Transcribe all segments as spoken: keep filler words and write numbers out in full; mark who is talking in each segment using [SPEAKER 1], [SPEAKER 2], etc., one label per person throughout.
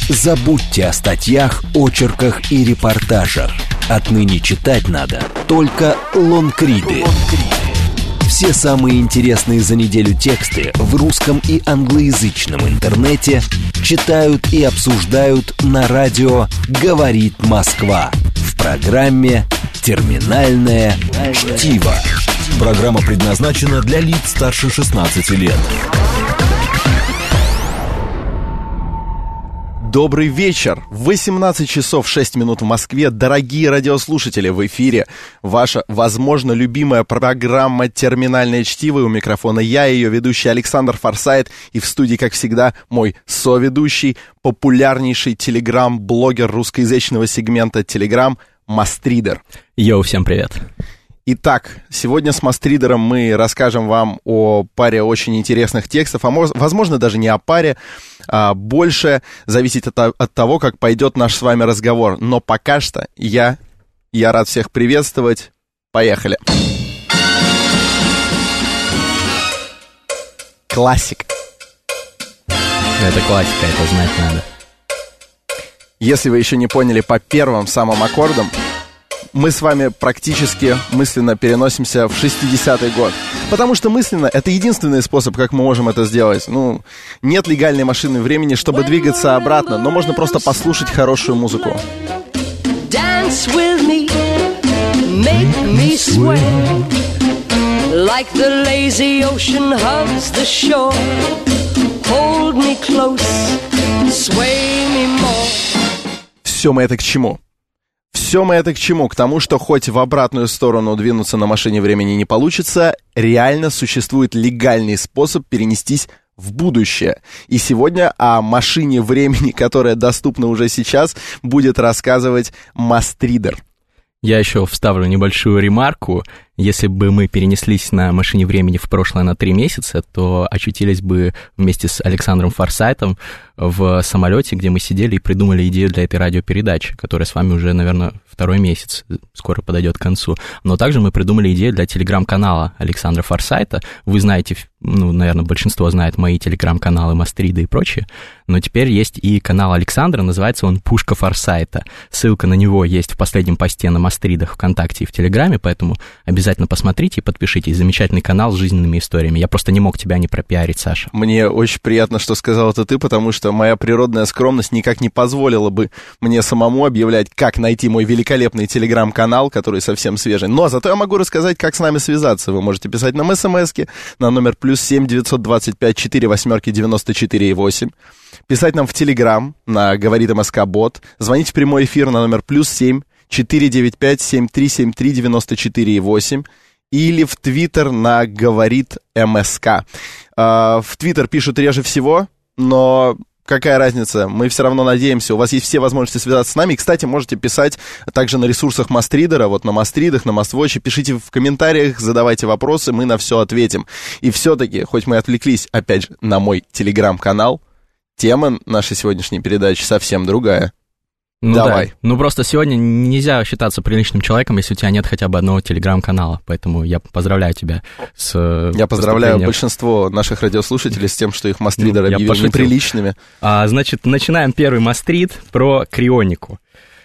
[SPEAKER 1] Забудьте о статьях, очерках и репортажах. Отныне читать надо только лонгриды. Все самые интересные за неделю тексты в русском и англоязычном интернете читают и обсуждают на радио «Говорит Москва» в программе «Терминальное чтиво». Программа предназначена для лиц старше шестнадцати лет.
[SPEAKER 2] Добрый вечер. восемнадцать часов шесть минут в Москве. Дорогие радиослушатели, в эфире ваша, возможно, любимая программа «Терминальное чтиво». У микрофона я, ее ведущий Александр Форсайт. И в студии, как всегда, мой соведущий, популярнейший телеграм-блогер русскоязычного сегмента Телеграм Мастридер.
[SPEAKER 3] Йоу, всем привет.
[SPEAKER 2] Итак, сегодня с Мастридером мы расскажем вам о паре очень интересных текстов, а может, возможно, даже не о паре, а больше зависит от, от того, как пойдет наш с вами разговор. Но пока что я, я рад всех приветствовать. Поехали. Классика.
[SPEAKER 3] Это классика, это знать надо.
[SPEAKER 2] Если вы еще не поняли по первым самым аккордам, мы с вами практически мысленно переносимся в шестидесятый год. Потому что мысленно это единственный способ, как мы можем это сделать. Ну, нет легальной машины времени, чтобы двигаться обратно, но можно просто послушать хорошую музыку.
[SPEAKER 4] Dance with me, make me sway, like the lazy ocean hugs the shore. Hold me close, sway me more.
[SPEAKER 2] Все мы это к чему? Все мы это к чему? К тому, что хоть в обратную сторону двинуться на машине времени не получится, реально существует легальный способ перенестись в будущее. И сегодня о машине времени, которая доступна уже сейчас, будет рассказывать Мастридер.
[SPEAKER 3] Я еще вставлю небольшую ремарку. Если бы мы перенеслись на машине времени в прошлое на три месяца, то очутились бы вместе с Александром Форсайтом в самолете, где мы сидели и придумали идею для этой радиопередачи, которая с вами уже, наверное, второй месяц, скоро подойдет к концу. Но также мы придумали идею для телеграм-канала Александра Форсайта. Вы знаете, ну, наверное, большинство знает мои телеграм-каналы Мастрида и прочее, но теперь есть и канал Александра, называется он «Пушка Форсайта». Ссылка на него есть в последнем посте на Мастридах ВКонтакте и в Телеграме, поэтому обязательно Обязательно посмотрите и подпишитесь. Замечательный канал с жизненными историями. Я просто не мог тебя не пропиарить, Саша.
[SPEAKER 2] Мне очень приятно, что сказал это ты, потому что моя природная скромность никак не позволила бы мне самому объявлять, как найти мой великолепный телеграм-канал, который совсем свежий. Но зато я могу рассказать, как с нами связаться. Вы можете писать нам смс-ки на номер плюс семь девятьсот двадцать пять четыре восьмерки девяносто четыре восемь. Писать нам в Телеграм на «Говорит МСК Бот». Звонить в прямой эфир на номер плюс семь четыре девять пять семь три семь три девяносто четыре восемь или в Твиттер на «Говорит МСК». В Твиттер пишут реже всего, но какая разница, мы все равно надеемся, у вас есть все возможности связаться с нами. И, кстати, можете писать также на ресурсах Мастридера, вот на Мастридах, на Маствотче, пишите в комментариях, задавайте вопросы, мы на все ответим. И все-таки, хоть мы отвлеклись, опять же, на мой телеграм-канал, тема нашей сегодняшней передачи совсем другая.
[SPEAKER 3] Ну
[SPEAKER 2] Давай.
[SPEAKER 3] Да. Ну просто сегодня нельзя считаться приличным человеком, если у тебя нет хотя бы одного телеграм-канала. Поэтому я поздравляю тебя с...
[SPEAKER 2] Я поздравляю большинство наших радиослушателей с тем, что их Мастридер ну, объявил неприличными.
[SPEAKER 3] А, значит, начинаем первый Мастрид про крионику.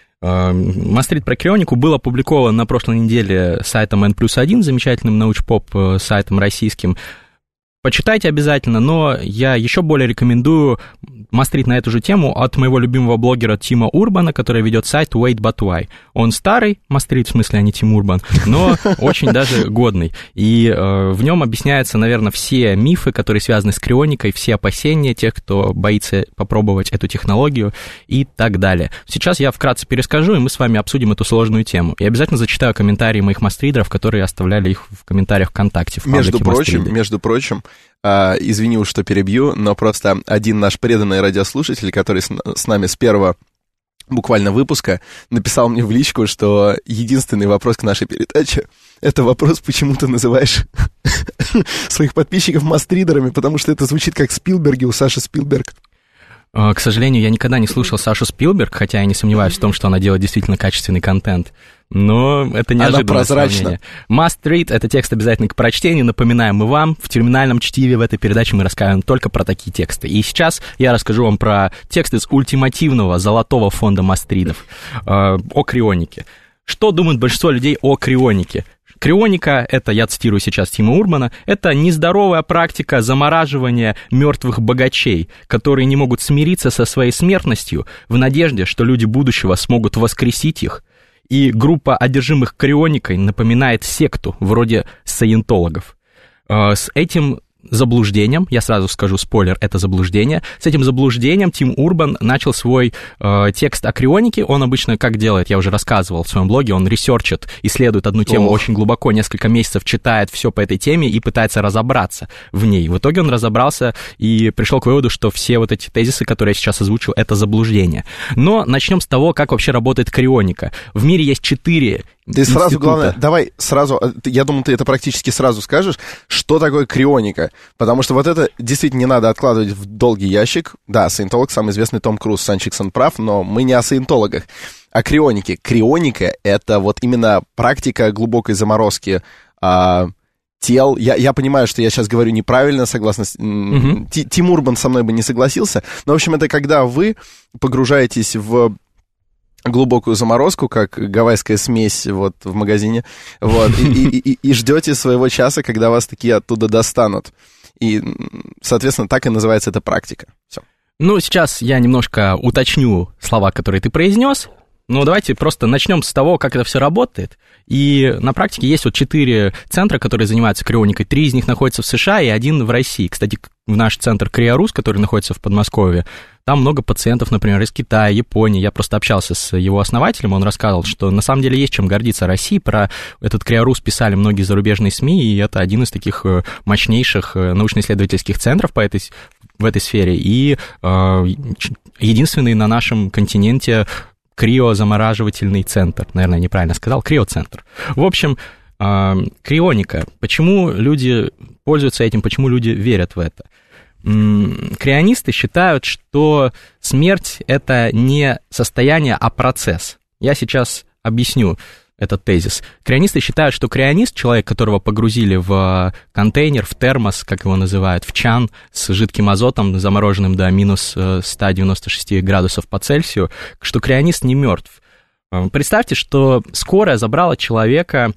[SPEAKER 3] Мастрид про крионику был опубликован на прошлой неделе сайтом эн плюс один, замечательным научпоп сайтом российским. Почитайте обязательно, но я еще более рекомендую мастрид на эту же тему от моего любимого блогера Тима Урбана, который ведет сайт Wait But Why. Он старый мастрид, в смысле, а не Тим Урбан, но очень даже годный. И э, в нем объясняются, наверное, все мифы, которые связаны с крионикой, все опасения тех, кто боится попробовать эту технологию и так далее. Сейчас я вкратце перескажу, и мы с вами обсудим эту сложную тему. И обязательно зачитаю комментарии моих мастридеров, которые оставляли их в комментариях ВКонтакте. В
[SPEAKER 2] между прочим, между прочим, Uh, извини уж, что перебью, но просто один наш преданный радиослушатель, который с, с нами с первого буквально выпуска, написал мне в личку, что единственный вопрос к нашей передаче — это вопрос, почему ты называешь своих подписчиков мастридерами, потому что это звучит как Спилберги у Саши Спилберг.
[SPEAKER 3] К сожалению, я никогда не слушал Сашу Спилберг, хотя я не сомневаюсь в том, что она делает действительно качественный контент. Но это неожиданное сравнение. Must read — это текст обязательно к прочтению. Напоминаем мы вам, в терминальном чтиве в этой передаче мы рассказываем только про такие тексты. И сейчас я расскажу вам про текст из ультимативного золотого фонда мастридов э, о крионике. Что думает большинство людей о крионике? Крионика, это, я цитирую сейчас Тима Урбана, это нездоровая практика замораживания мертвых богачей, которые не могут смириться со своей смертностью в надежде, что люди будущего смогут воскресить их. И группа одержимых крионикой напоминает секту, вроде саентологов. С этим заблуждением, я сразу скажу, спойлер, это заблуждение, с этим заблуждением Тим Урбан начал свой э, текст о крионике. Он обычно как делает, я уже рассказывал в своем блоге, он ресерчит, исследует одну тему Ох. очень глубоко, несколько месяцев читает все по этой теме и пытается разобраться в ней. В итоге он разобрался и пришел к выводу, что все вот эти тезисы, которые я сейчас озвучил, это заблуждение. Но начнем с того, как вообще работает крионика. В мире есть четыре
[SPEAKER 2] Ты
[SPEAKER 3] института.
[SPEAKER 2] сразу, главное, давай сразу, я думаю, ты это практически сразу скажешь, что такое крионика, потому что вот это действительно не надо откладывать в долгий ящик. Да, саентолог, самый известный Том Круз, Санчиксон прав, но мы не о саентологах, о крионике. Крионика — это вот именно практика глубокой заморозки а, тел. Я, я понимаю, что я сейчас говорю неправильно, согласно... Mm-hmm. Тим Урбан со мной бы не согласился, но, в общем, это когда вы погружаетесь в глубокую заморозку, как гавайская смесь вот в магазине, вот, и, и, и, и ждете своего часа, когда вас такие оттуда достанут. И, соответственно, так и называется эта практика. Все.
[SPEAKER 3] Ну, сейчас я немножко уточню слова, которые ты произнес. Ну, давайте просто начнем с того, как это все работает. И на практике есть вот четыре центра, которые занимаются крионикой. Три из них находятся в США и один в России. Кстати, в наш центр Криорус, который находится в Подмосковье, там много пациентов, например, из Китая, Японии. Я просто общался с его основателем, он рассказывал, что на самом деле есть чем гордиться России. Про этот Криорус писали многие зарубежные СМИ, и это один из таких мощнейших научно-исследовательских центров по этой, в этой сфере. И э, единственный на нашем континенте криозамораживательный центр. Наверное, я неправильно сказал, криоцентр. В общем, э, крионика. Почему люди пользуются этим, почему люди верят в это? Крионисты считают, что смерть — это не состояние, а процесс. Я сейчас объясню этот тезис. Крионисты считают, что крионист, человек, которого погрузили в контейнер, в термос, как его называют, в чан с жидким азотом, замороженным до минус ста девяноста шести градусов по Цельсию, что крионист не мертв. Представьте, что скорая забрала человека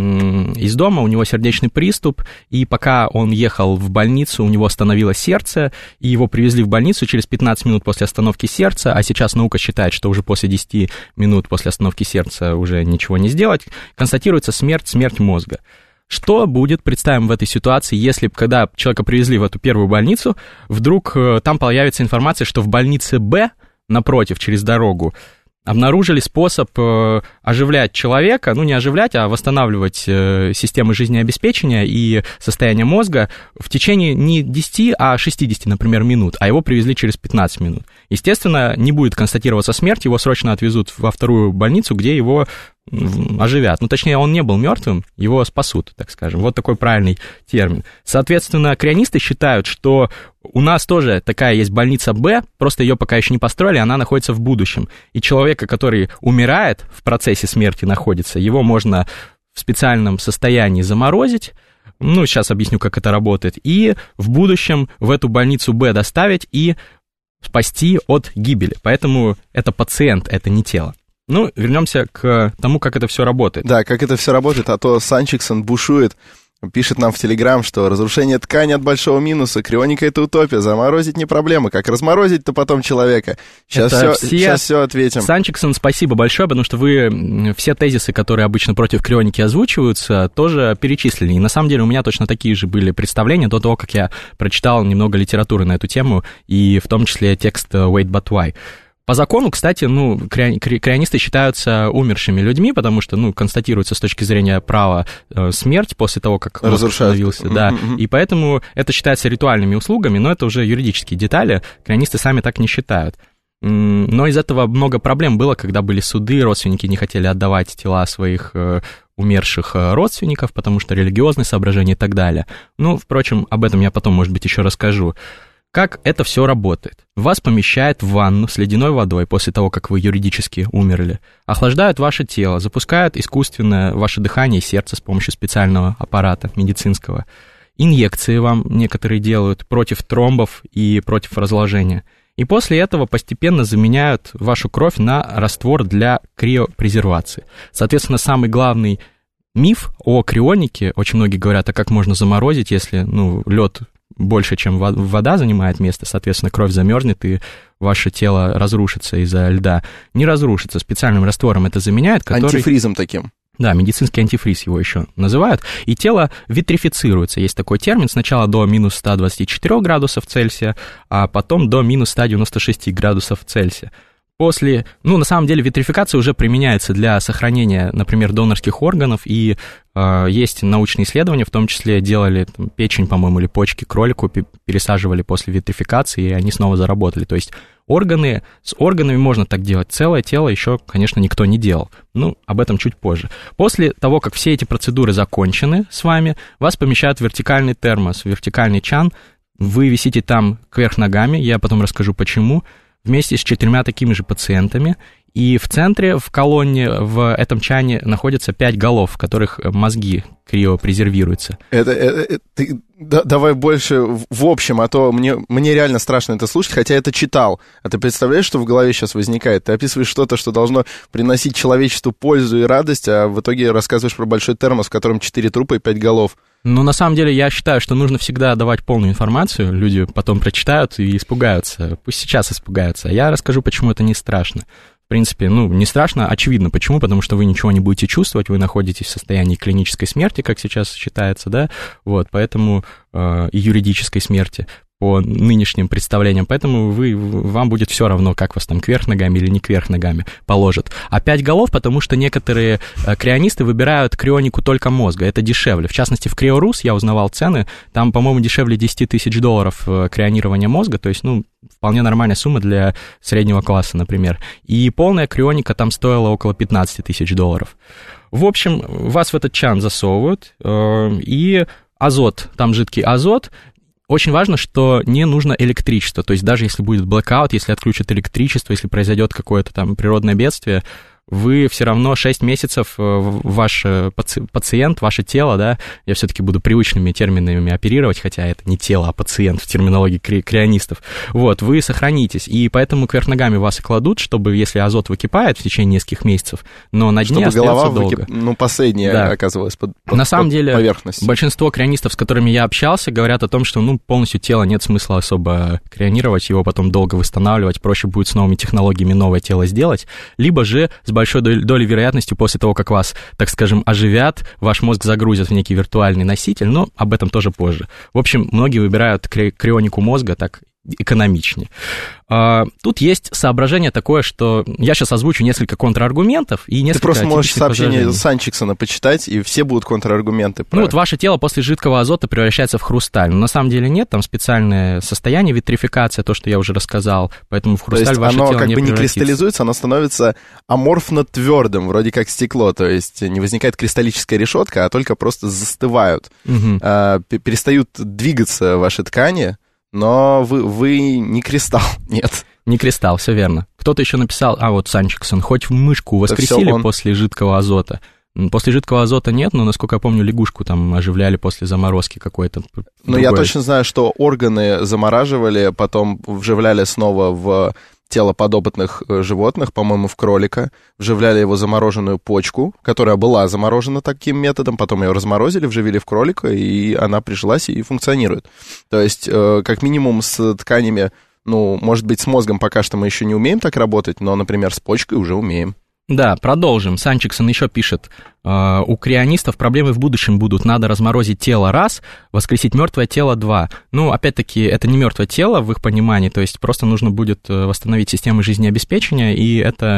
[SPEAKER 3] из дома, у него сердечный приступ, и пока он ехал в больницу, у него остановилось сердце, и его привезли в больницу через пятнадцать минут после остановки сердца, а сейчас наука считает, что уже после десяти минут после остановки сердца уже ничего не сделать, констатируется смерть, смерть мозга. Что будет, представим, в этой ситуации, если, когда человека привезли в эту первую больницу, вдруг там появится информация, что в больнице Б, напротив, через дорогу, обнаружили способ э, оживлять человека, ну, не оживлять, а восстанавливать э, системы жизнеобеспечения и состояние мозга в течение не десяти, а шестидесяти, например, минут, а его привезли через пятнадцать минут. Естественно, не будет констатироваться смерть, его срочно отвезут во вторую больницу, где его оживят. Ну, точнее, он не был мертвым, его спасут, так скажем. Вот такой правильный термин. Соответственно, крионисты считают, что у нас тоже такая есть больница Б, просто ее пока еще не построили, она находится в будущем. И человека, который умирает, в процессе смерти находится, его можно в специальном состоянии заморозить, ну, сейчас объясню, как это работает, и в будущем в эту больницу Б доставить и спасти от гибели. Поэтому это пациент, это не тело. Ну, вернемся к тому, как это все работает.
[SPEAKER 2] Да, как это все работает, а то Санчиксон бушует, пишет нам в Телеграм, что разрушение ткани от большого минуса, крионика — это утопия, заморозить не проблема, как разморозить-то потом человека. Сейчас все, все... сейчас все ответим.
[SPEAKER 3] Санчиксон, спасибо большое, потому что вы все тезисы, которые обычно против крионики озвучиваются, тоже перечислили. И на самом деле у меня точно такие же были представления до того, как я прочитал немного литературы на эту тему, и в том числе текст «Wait, but why?». По закону, кстати, ну, крионисты считаются умершими людьми, потому что, ну, констатируется с точки зрения права э, смерть после того, как мозг остановился, да, mm-hmm. и поэтому это считается ритуальными услугами, но это уже юридические детали, крионисты сами так не считают. Но из этого много проблем было, когда были суды, родственники не хотели отдавать тела своих э, умерших родственников, потому что религиозные соображения и так далее. Ну, впрочем, об этом я потом, может быть, еще расскажу. Как это все работает? Вас помещают в ванну с ледяной водой после того, как вы юридически умерли, охлаждают ваше тело, запускают искусственное ваше дыхание и сердце с помощью специального аппарата медицинского. Инъекции вам некоторые делают против тромбов и против разложения. И после этого постепенно заменяют вашу кровь на раствор для криопрезервации. Соответственно, самый главный миф о крионике, очень многие говорят, а как можно заморозить, если ну, лед больше, чем вода занимает место, соответственно, кровь замерзнет, и ваше тело разрушится из-за льда. Не разрушится, специальным раствором это заменяет, который...
[SPEAKER 2] Антифризом таким.
[SPEAKER 3] Да, медицинский антифриз его еще называют, и тело витрифицируется, есть такой термин, сначала до минус ста двадцати четырёх градусов Цельсия, а потом до минус ста девяноста шести градусов Цельсия. После, ну, на самом деле, витрификация уже применяется для сохранения, например, донорских органов, и э, есть научные исследования, в том числе делали там, печень, по-моему, или почки кролику, пересаживали после витрификации, и они снова заработали. То есть органы, с органами можно так делать, целое тело еще, конечно, никто не делал. Ну, об этом чуть позже. После того, как все эти процедуры закончены с вами, вас помещают в вертикальный термос, в вертикальный чан, вы висите там кверх ногами, я потом расскажу почему, вместе с четырьмя такими же пациентами, и в центре, в колонне, в этом чане находятся пять голов, в которых мозги криопрезервируются. Это, это, это
[SPEAKER 2] ты, да, давай больше в общем, а то мне, мне реально страшно это слушать, хотя я это читал. А ты представляешь, что в голове сейчас возникает? Ты описываешь что-то, что должно приносить человечеству пользу и радость, а в итоге рассказываешь про большой термос, в котором четыре трупа и пять голов.
[SPEAKER 3] Ну, на самом деле, я считаю, что нужно всегда давать полную информацию, люди потом прочитают и испугаются, пусть сейчас испугаются, а я расскажу, почему это не страшно. В принципе, ну, не страшно, очевидно. Почему? Потому что вы ничего не будете чувствовать, вы находитесь в состоянии клинической смерти, как сейчас считается, да, вот, поэтому э, и юридической смерти по нынешним представлениям, поэтому вы, вам будет все равно, как вас там кверх ногами или не кверх ногами положат. А пять голов, потому что некоторые крионисты выбирают крионику только мозга, это дешевле. В частности, в Криорус я узнавал цены, там, по-моему, дешевле десять тысяч долларов крионирование мозга, то есть, ну, вполне нормальная сумма для среднего класса, например. И полная крионика там стоила около пятнадцать тысяч долларов. В общем, вас в этот чан засовывают, и азот, там жидкий азот. Очень важно, что не нужно электричество, то есть даже если будет блэкаут, если отключат электричество, если произойдет какое-то там природное бедствие, вы все равно шесть месяцев, ваш паци- пациент, ваше тело, да, я все-таки буду привычными терминами оперировать, хотя это не тело, а пациент в терминологии кри- крионистов, вот, вы сохранитесь, и поэтому кверх ногами вас и кладут, чтобы, если азот выкипает в течение нескольких месяцев, но на дне
[SPEAKER 2] чтобы
[SPEAKER 3] остается
[SPEAKER 2] голова
[SPEAKER 3] долго.
[SPEAKER 2] Выкип... Ну, последняя да. оказывалась под, под,
[SPEAKER 3] на самом
[SPEAKER 2] под
[SPEAKER 3] деле,
[SPEAKER 2] поверхностью.
[SPEAKER 3] Большинство крионистов, с которыми я общался, говорят о том, что, ну, полностью тело нет смысла особо крионировать, его потом долго восстанавливать, проще будет с новыми технологиями новое тело сделать, либо же с большой долей вероятности после того, как вас, так скажем, оживят, ваш мозг загрузят в некий виртуальный носитель, но об этом тоже позже. В общем, многие выбирают кри- крионику мозга так экономичнее. Тут есть соображение такое, что я сейчас озвучу несколько контраргументов и несколько...
[SPEAKER 2] Ты просто можешь сообщение Санчиксона почитать, и все будут контраргументы. Про...
[SPEAKER 3] Ну вот ваше тело после жидкого азота превращается в хрусталь. Но на самом деле нет, там специальное состояние, витрификация, то, что я уже рассказал, поэтому в хрусталь ваше тело не превратится.
[SPEAKER 2] Оно как бы не кристаллизуется, оно становится аморфно твердым, вроде как стекло, то есть не возникает кристаллическая решетка, а только просто застывают. Угу. А, перестают двигаться ваши ткани, но вы, вы не кристалл, нет.
[SPEAKER 3] Не кристалл, все верно. Кто-то еще написал, а вот Санчиксон, хоть в мышку воскресили после жидкого азота. После жидкого азота нет, но, насколько я помню, лягушку там оживляли после заморозки какой-то.
[SPEAKER 2] Ну, я точно знаю, что органы замораживали, потом вживляли снова в тело подопытных животных, по-моему, в кролика, вживляли его замороженную почку, которая была заморожена таким методом, потом ее разморозили, вживили в кролика, и она прижилась и функционирует. То есть, как минимум, с тканями, ну, может быть, с мозгом пока что мы еще не умеем так работать, но, например, с почкой уже умеем.
[SPEAKER 3] Да, продолжим. Санчиксон еще пишет, э, у крионистов проблемы в будущем будут. Надо разморозить тело раз, воскресить мертвое тело два. Ну, опять-таки, это не мертвое тело в их понимании, то есть просто нужно будет восстановить систему жизнеобеспечения, и это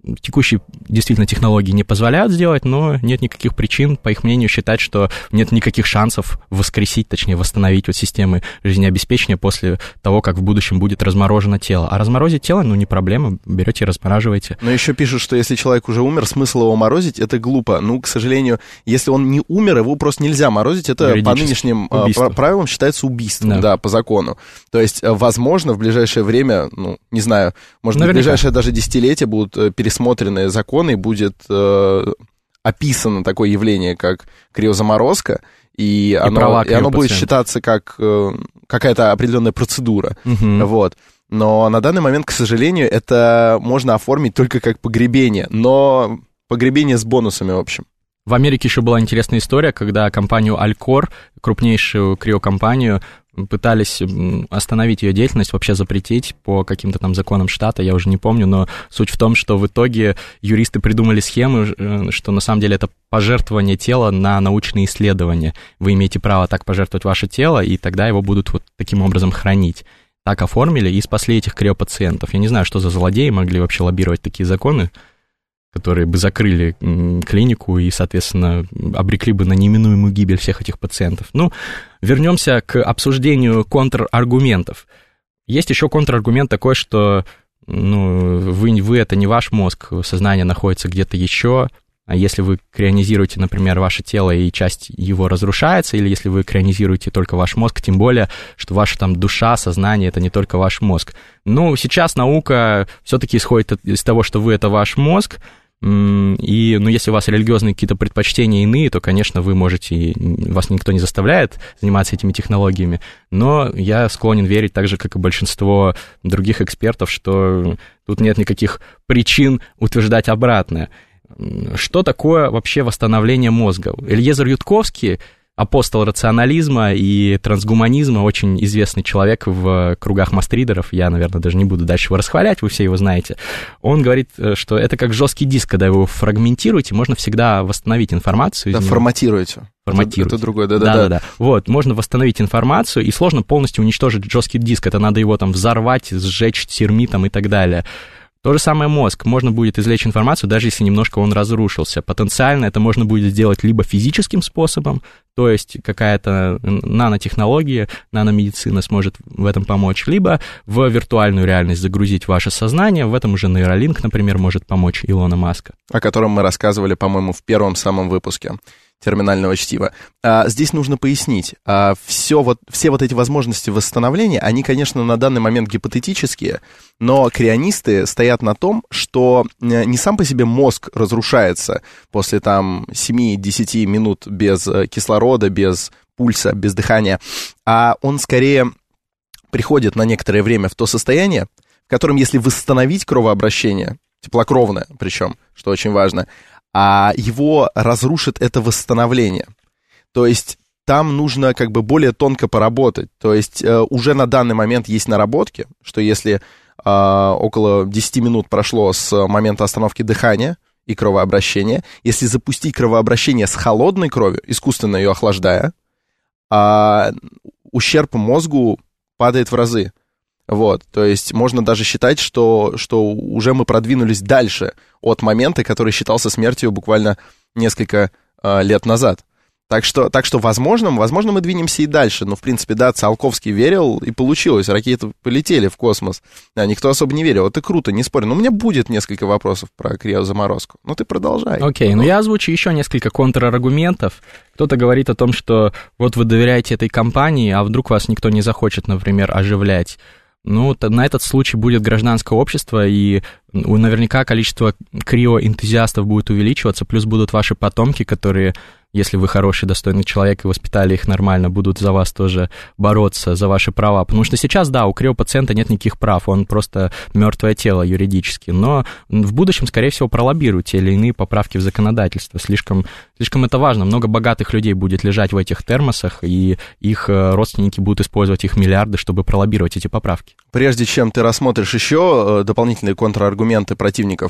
[SPEAKER 3] текущие действительно технологии не позволяют сделать, но нет никаких причин, по их мнению, считать, что нет никаких шансов воскресить, точнее, восстановить вот системы жизнеобеспечения после того, как в будущем будет разморожено тело. А разморозить тело, ну, не проблема, берете и размораживаете.
[SPEAKER 2] Но еще пишут, что если человек уже умер, смысл его морозить, это глупо. Ну, к сожалению, если он не умер, его просто нельзя морозить, это по нынешним убийство. правилам считается убийством, да. да, по закону. То есть, возможно, в ближайшее время, ну, не знаю, может быть, в ближайшее даже десятилетие будут пересмотрены законы, и будет э, описано такое явление, как криозаморозка, и, и оно, и оно будет считаться как э, какая-то определенная процедура. Угу. Вот. Но на данный момент, к сожалению, это можно оформить только как погребение, но погребение с бонусами, в общем.
[SPEAKER 3] В Америке еще была интересная история, когда компанию Alcor, крупнейшую криокомпанию, пытались остановить ее деятельность, вообще запретить по каким-то там законам штата, я уже не помню, но суть в том, что в итоге юристы придумали схему, что на самом деле это пожертвование тела на научные исследования. Вы имеете право так пожертвовать ваше тело, и тогда его будут вот таким образом хранить. Так оформили и спасли этих криопациентов. Я не знаю, что за злодеи могли вообще лоббировать такие законы, которые бы закрыли клинику и, соответственно, обрекли бы на неминуемую гибель всех этих пациентов. Ну, вернемся к обсуждению контраргументов. Есть еще контраргумент такой, что ну, вы, вы это не ваш мозг, сознание находится где-то еще. А если вы крионизируете, например, ваше тело, и часть его разрушается, или если вы крионизируете только ваш мозг, тем более, что ваша там душа, сознание — это не только ваш мозг. Ну, сейчас наука все-таки исходит из того, что вы — это ваш мозг, и, ну, если у вас религиозные какие-то предпочтения иные, то, конечно, вы можете, вас никто не заставляет заниматься этими технологиями, но я склонен верить так же, как и большинство других экспертов, что тут нет никаких причин утверждать обратное. Что такое вообще восстановление мозга? Эльезер Ютковский, апостол рационализма и трансгуманизма, очень известный человек в кругах мастридеров, я, наверное, даже не буду дальше его расхвалять, вы все его знаете, он говорит, что это как жесткий диск, когда вы его фрагментируете, можно всегда восстановить информацию.
[SPEAKER 2] Да, форматируете.
[SPEAKER 3] Форматируете.
[SPEAKER 2] Это, это другое, да-да-да.
[SPEAKER 3] Да-да-да. Вот, можно восстановить информацию, и сложно полностью уничтожить жесткий диск, это надо его там взорвать, сжечь термитом и так далее. То же самое мозг. Можно будет извлечь информацию, даже если немножко он разрушился. Потенциально это можно будет сделать либо физическим способом, то есть какая-то нанотехнология, наномедицина сможет в этом помочь, либо в виртуальную реальность загрузить ваше сознание. В этом уже нейролинк, например, может помочь Илона Маска.
[SPEAKER 2] О котором мы рассказывали, по-моему, в первом самом выпуске терминального чтива. А, здесь нужно пояснить, а, все, вот, все вот эти возможности восстановления, они, конечно, на данный момент гипотетические, но крионисты стоят на том, что не сам по себе мозг разрушается после там семь-десять минут без кислорода, без пульса, без дыхания, а он скорее приходит на некоторое время в то состояние, в котором, если восстановить кровообращение, теплокровное причем, что очень важно, а его разрушит это восстановление. То есть там нужно как бы более тонко поработать. То есть э, уже на данный момент есть наработки, что если э, около десять минут прошло с момента остановки дыхания и кровообращения, если запустить кровообращение с холодной кровью, искусственно ее охлаждая, э, ущерб мозгу падает в разы. Вот, то есть можно даже считать, что, что уже мы продвинулись дальше от момента, который считался смертью буквально несколько э, лет назад. Так что, так что возможно, возможно, мы двинемся и дальше. Но, в принципе, да, Циолковский верил, и получилось. Ракеты полетели в космос. Да, никто особо не верил. Это круто, не спорю. Но у меня будет несколько вопросов про криозаморозку. Ну, ты продолжай.
[SPEAKER 3] Окей, okay, ну я озвучу еще несколько контраргументов. Кто-то говорит о том, что вот вы доверяете этой компании, а вдруг вас никто не захочет, например, оживлять. Ну, на этот случай будет гражданское общество, и наверняка количество криоэнтузиастов будет увеличиваться, плюс будут ваши потомки, которые, если вы хороший, достойный человек и воспитали их нормально, будут за вас тоже бороться, за ваши права. Потому что сейчас, да, у криопациента нет никаких прав, он просто мертвое тело юридически, но в будущем, скорее всего, пролоббируют те или иные поправки в законодательство. Слишком, слишком это важно. Много богатых людей будет лежать в этих термосах, и их родственники будут использовать их миллиарды, чтобы пролоббировать эти поправки.
[SPEAKER 2] Прежде чем ты рассмотришь еще дополнительные контраргументы противников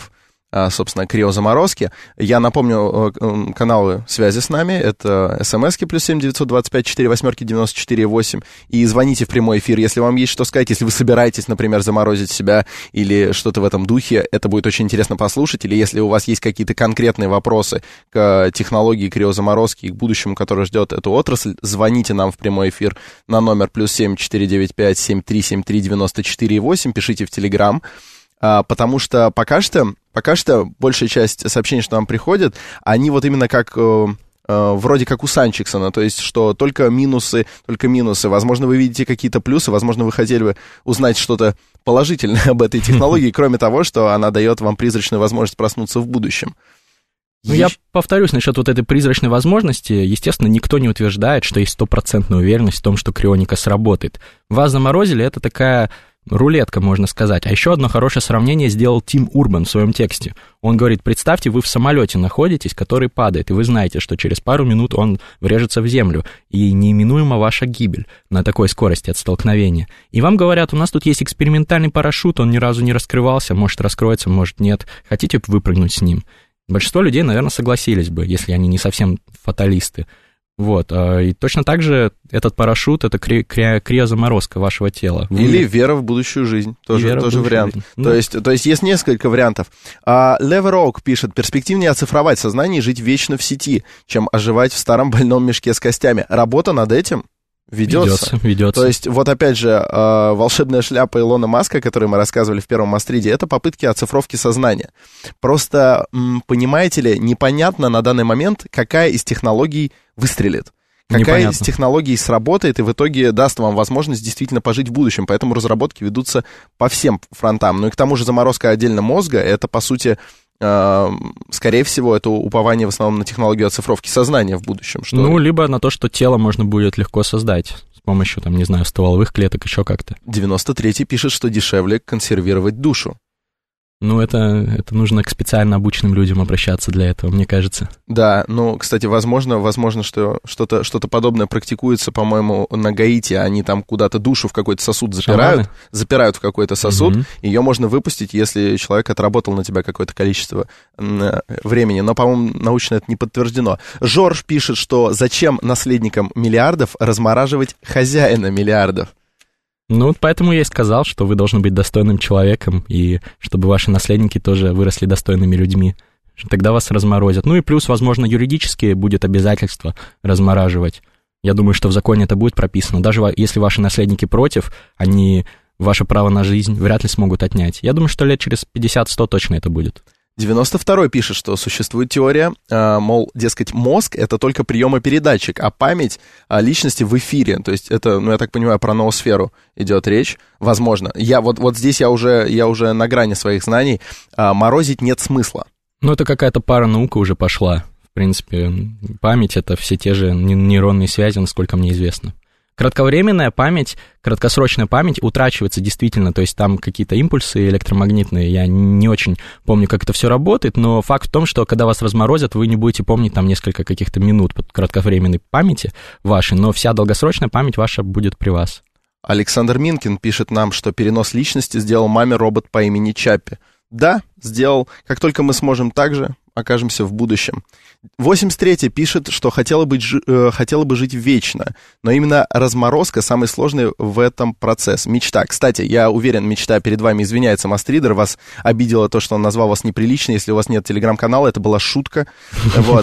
[SPEAKER 2] собственно, криозаморозки. Я напомню каналы связи с нами. Это смски плюс семь девятьсот двадцать пять четыре восьмерки девяносто четыре восемь. И звоните в прямой эфир, если вам есть что сказать. Если вы собираетесь, например, заморозить себя или что-то в этом духе, это будет очень интересно послушать. Или если у вас есть какие-то конкретные вопросы к технологии криозаморозки и к будущему, которое ждет эту отрасль, звоните нам в прямой эфир на номер плюс семь четыре девять пять семь три семь три девяносто четыре восемь. Пишите в Телеграм. Потому что пока что, пока что большая часть сообщений, что нам приходят, они вот именно как, э, э, вроде как у Санчиксона, то есть, что только минусы, только минусы. Возможно, вы видите какие-то плюсы, возможно, вы хотели бы узнать что-то положительное об этой технологии, кроме того, что она дает вам призрачную возможность проснуться в будущем.
[SPEAKER 3] Ну, я повторюсь насчет вот этой призрачной возможности. Естественно, никто не утверждает, что есть стопроцентная уверенность в том, что крионика сработает. Вас заморозили, это такая... рулетка, можно сказать. А еще одно хорошее сравнение сделал Тим Урбан в своем тексте. Он говорит, представьте, вы в самолете находитесь, который падает, и вы знаете, что через пару минут он врежется в землю, и неименуема ваша гибель на такой скорости от столкновения. И вам говорят, у нас тут есть экспериментальный парашют, он ни разу не раскрывался, может раскроется, может нет. Хотите выпрыгнуть с ним? Большинство людей, наверное, согласились бы, если они не совсем фаталисты. Вот, и точно так же этот парашют — это кри- кри- криозаморозка вашего тела. Вы...
[SPEAKER 2] Или вера в будущую жизнь, тоже, тоже вариант.
[SPEAKER 3] Жизнь.
[SPEAKER 2] То, ну... есть, то есть есть несколько вариантов. А, Леверок пишет, перспективнее оцифровать сознание и жить вечно в сети, чем оживать в старом больном мешке с костями. Работа над этим ведется.
[SPEAKER 3] Ведется, ведется.
[SPEAKER 2] То есть, вот опять же, э, волшебная шляпа Илона Маска, о которой мы рассказывали в первом Мастриде, это попытки оцифровки сознания. Просто, м, понимаете ли, непонятно на данный момент, какая из технологий выстрелит. Какая Непонятно. из технологий сработает и в итоге даст вам возможность действительно пожить в будущем. Поэтому разработки ведутся по всем фронтам. Ну и к тому же заморозка отдельно мозга, это, по сути, э, скорее всего, это упование в основном на технологию оцифровки сознания в будущем. Что...
[SPEAKER 3] Ну, либо на то, что тело можно будет легко создать с помощью, там, не знаю, стволовых клеток, еще как-то.
[SPEAKER 2] девяносто третий пишет, что дешевле консервировать душу.
[SPEAKER 3] Ну, это, это нужно к специально обученным людям обращаться для этого, мне кажется.
[SPEAKER 2] Да, ну, кстати, возможно, возможно, что что-то, что-то подобное практикуется, по-моему, на Гаити. Они там куда-то душу в какой-то сосуд запирают, Шаманы? запирают в какой-то сосуд, угу. Ее можно выпустить, если человек отработал на тебя какое-то количество времени. Но, по-моему, научно это не подтверждено. Жорж пишет, что зачем наследникам миллиардов размораживать хозяина миллиардов?
[SPEAKER 3] Ну, поэтому я и сказал, что вы должны быть достойным человеком, и чтобы ваши наследники тоже выросли достойными людьми. Тогда вас разморозят. Ну и плюс, возможно, юридически будет обязательство размораживать. Я думаю, что в законе это будет прописано. Даже если ваши наследники против, они ваше право на жизнь вряд ли смогут отнять. Я думаю, что лет через пятьдесят-сто точно это будет.
[SPEAKER 2] девяносто второй пишет, что существует теория, э, мол, дескать, мозг — это только приемопередатчик, а память э, личности в эфире. То есть это, ну, я так понимаю, про ноосферу идет речь. Возможно. Я, вот, вот здесь я уже, я уже на грани своих знаний. Э, морозить нет смысла.
[SPEAKER 3] Ну, это какая-то паранаука уже пошла. В принципе, память — это все те же нейронные связи, насколько мне известно. Кратковременная память, краткосрочная память утрачивается действительно, то есть там какие-то импульсы электромагнитные, я не очень помню, как это все работает, но факт в том, что когда вас разморозят, вы не будете помнить там несколько каких-то минут кратковременной памяти вашей, но вся долгосрочная память ваша будет при вас.
[SPEAKER 2] Александр Минкин пишет нам, что перенос личности сделал маме робот по имени Чаппи. Да, сделал. Как только мы сможем так же, окажемся в будущем. восемьдесят третий пишет, что хотела бы, э, хотела бы жить вечно, но именно разморозка самый сложный в этом процесс. Мечта. Кстати, я уверен, мечта перед вами извиняется, Мастридер, вас обидело то, что он назвал вас неприлично, если у вас нет телеграм-канала, это была шутка. Вот.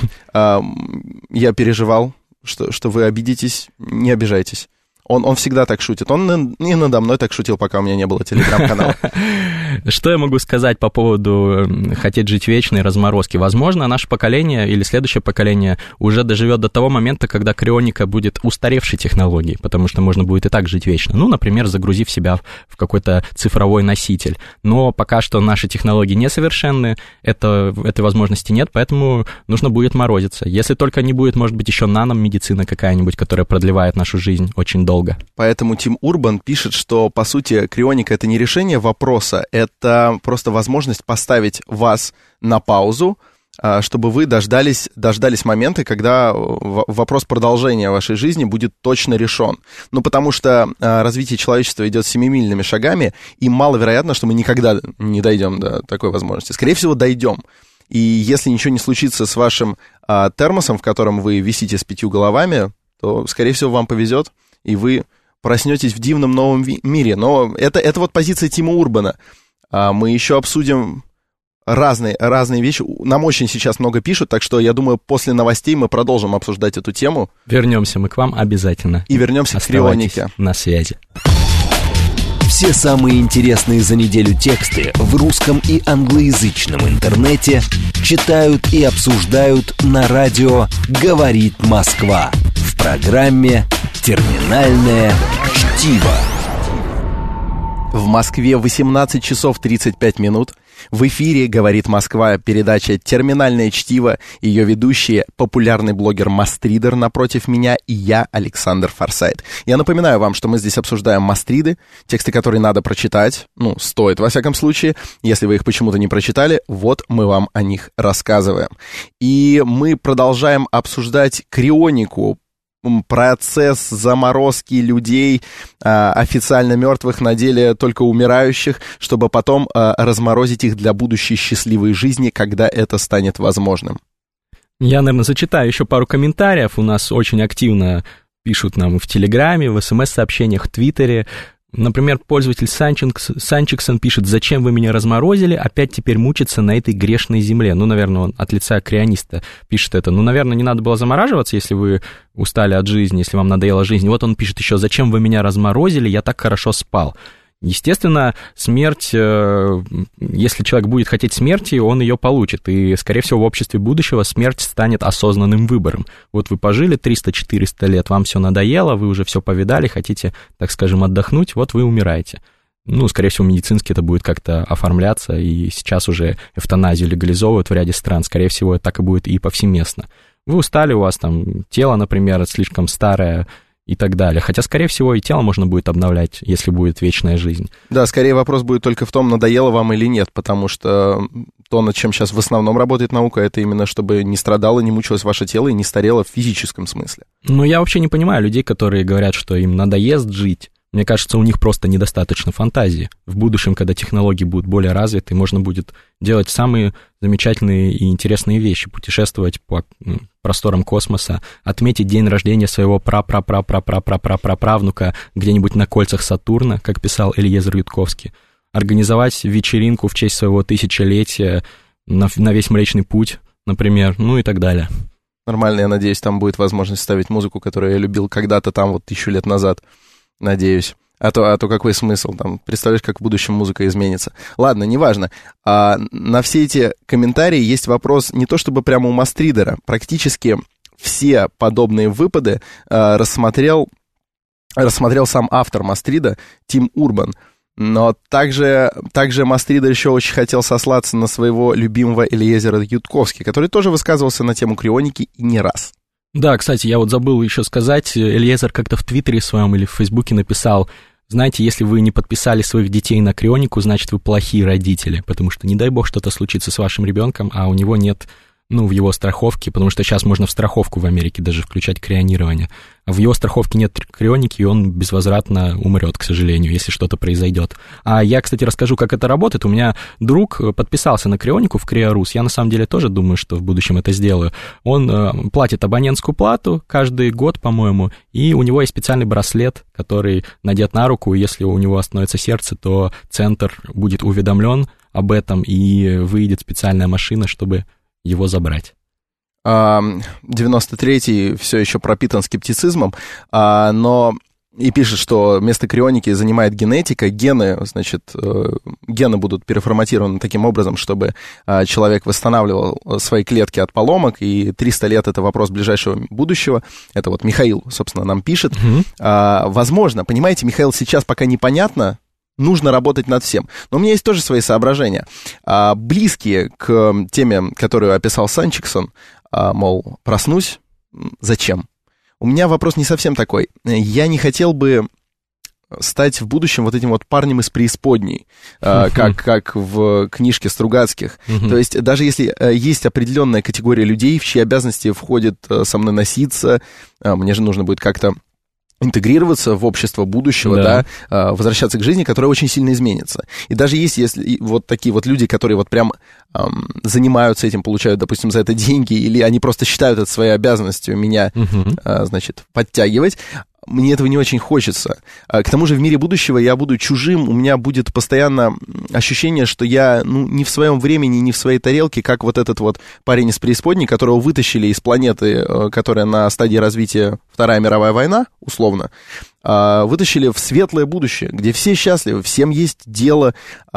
[SPEAKER 2] Я переживал, что вы обидитесь, не обижайтесь. Он, он всегда так шутит. Он и надо мной так шутил, пока у меня не было телеграм-канала.
[SPEAKER 3] Что я могу сказать по поводу хотеть жить вечно и разморозки? Возможно, наше поколение или следующее поколение уже доживет до того момента, когда крионика будет устаревшей технологией, потому что можно будет и так жить вечно. Ну, например, загрузив себя в какой-то цифровой носитель. Но пока что наши технологии несовершенны, это, этой возможности нет, поэтому нужно будет морозиться. Если только не будет, может быть, еще наномедицина какая-нибудь, которая продлевает нашу жизнь очень долго. Долго.
[SPEAKER 2] Поэтому Тим Урбан пишет, что, по сути, крионика — это не решение вопроса, это просто возможность поставить вас на паузу, чтобы вы дождались, дождались момента, когда вопрос продолжения вашей жизни будет точно решен. Ну, потому что развитие человечества идет семимильными шагами, и маловероятно, что мы никогда не дойдем до такой возможности. Скорее всего, дойдем. И если ничего не случится с вашим а, термосом, в котором вы висите с пятью головами, то, скорее всего, вам повезет, и вы проснетесь в дивном новом ви- мире. Но это, это вот позиция Тима Урбана. А, мы еще обсудим разные, разные вещи. Нам очень сейчас много пишут, так что, я думаю, после новостей мы продолжим обсуждать эту тему.
[SPEAKER 3] Вернемся мы к вам обязательно.
[SPEAKER 2] И вернемся к крионике.
[SPEAKER 3] На связи.
[SPEAKER 1] Все самые интересные за неделю тексты в русском и англоязычном интернете читают и обсуждают на радио «Говорит Москва» в программе «Терминальное чтиво».
[SPEAKER 2] В Москве восемнадцать часов тридцать пять минут. В эфире «Говорит Москва» передача «Терминальное чтиво». Ее ведущие — популярный блогер Мастридер напротив меня и я, Александр Форсайт. Я напоминаю вам, что мы здесь обсуждаем мастриды, тексты, которые надо прочитать. Ну, стоит, во всяком случае. Если вы их почему-то не прочитали, вот мы вам о них рассказываем. И мы продолжаем обсуждать крионику, процесс заморозки людей, а, официально мертвых, на деле только умирающих, чтобы потом а, разморозить их для будущей счастливой жизни, когда это станет возможным.
[SPEAKER 3] Я, наверное, зачитаю еще пару комментариев. У нас очень активно пишут нам в Телеграме, в СМС-сообщениях, в Твиттере. Например, пользователь Санчикс, Санчиксон пишет: «Зачем вы меня разморозили? Опять теперь мучиться на этой грешной земле». Ну, наверное, он от лица криониста пишет это. Ну, наверное, не надо было замораживаться, если вы устали от жизни, если вам надоела жизнь. Вот он пишет еще: «Зачем вы меня разморозили? Я так хорошо спал». Естественно, смерть, если человек будет хотеть смерти, он ее получит. И, скорее всего, в обществе будущего смерть станет осознанным выбором. Вот вы пожили триста-четыреста лет, вам все надоело, вы уже все повидали, хотите, так скажем, отдохнуть, вот вы умираете. Ну, скорее всего, медицински это будет как-то оформляться, и сейчас уже эвтаназию легализовывают в ряде стран. Скорее всего, так и будет и повсеместно. Вы устали, у вас там тело, например, слишком старое, и так далее. Хотя, скорее всего, и тело можно будет обновлять, если будет вечная жизнь.
[SPEAKER 2] Да, скорее вопрос будет только в том, надоело вам или нет, потому что то, над чем сейчас в основном работает наука, это именно чтобы не страдало, не мучилось ваше тело и не старело в физическом смысле.
[SPEAKER 3] Ну, я вообще не понимаю людей, которые говорят, что им надоест жить. Мне кажется, у них просто недостаточно фантазии. В будущем, когда технологии будут более развиты, можно будет делать самые замечательные и интересные вещи, путешествовать по просторам космоса, отметить день рождения своего пра-пра-пра-пра-пра-пра-пра-правнука где-нибудь на кольцах Сатурна, как писал Элиезер Ютковский, организовать вечеринку в честь своего тысячелетия на, на весь Млечный Путь, например, ну и так далее.
[SPEAKER 2] Нормально, я надеюсь, там будет возможность ставить музыку, которую я любил когда-то там вот тысячу лет назад. Надеюсь. А то, а то какой смысл? Там, представляешь, как в будущем музыка изменится. Ладно, неважно. А, на все эти комментарии есть вопрос не то чтобы прямо у Мастридера. Практически все подобные выпады а, рассмотрел, рассмотрел сам автор Мастрида, Тим Урбан. Но также, также Мастридер еще очень хотел сослаться на своего любимого Элиезера Ютковский, который тоже высказывался на тему крионики и не раз.
[SPEAKER 3] Да, кстати, я вот забыл еще сказать, Элиезер как-то в Твиттере своем или в Фейсбуке написал: знаете, если вы не подписали своих детей на крионику, значит, вы плохие родители, потому что, не дай бог, что-то случится с вашим ребенком, а у него нет, ну, в его страховке, потому что сейчас можно в страховку в Америке даже включать крионирование, а в его страховке нет крионики, и он безвозвратно умрет, к сожалению, если что-то произойдет. А я, кстати, расскажу, как это работает. У меня друг подписался на крионику в Криорус, я на самом деле тоже думаю, что в будущем это сделаю. Он э, платит абонентскую плату каждый год, по-моему, и у него есть специальный браслет, который надет на руку, и если у него остановится сердце, то центр будет уведомлен об этом, и выйдет специальная машина, чтобы его забрать.
[SPEAKER 2] девяносто третий все еще пропитан скептицизмом, но и пишет, что место крионики занимает генетика. Гены, значит, гены будут переформатированы таким образом, чтобы человек восстанавливал свои клетки от поломок, и триста лет — это вопрос ближайшего будущего. Это вот Михаил, собственно, нам пишет. Mm-hmm. Возможно, понимаете, Михаил, сейчас пока непонятно, нужно работать над всем. Но у меня есть тоже свои соображения, а, близкие к теме, которую описал Санчиксон, а, мол, проснусь, зачем? У меня вопрос не совсем такой. Я не хотел бы стать в будущем вот этим вот парнем из преисподней, uh-huh. как, как в книжке Стругацких. Uh-huh. То есть даже если есть определенная категория людей, в чьи обязанности входит со мной носиться, мне же нужно будет как-то интегрироваться в общество будущего, да. да, возвращаться к жизни, которая очень сильно изменится. И даже есть, если вот такие вот люди, которые вот прям эм, занимаются этим, получают, допустим, за это деньги, или они просто считают это своей обязанностью меня, uh-huh. э, значит, подтягивать, мне этого не очень хочется. К тому же в мире будущего я буду чужим, у меня будет постоянно ощущение, что я, ну, не в своем времени, не в своей тарелке, как вот этот вот парень из преисподней, которого вытащили из планеты, которая на стадии развития Вторая мировая война, условно, вытащили в светлое будущее, где все счастливы, всем есть дело,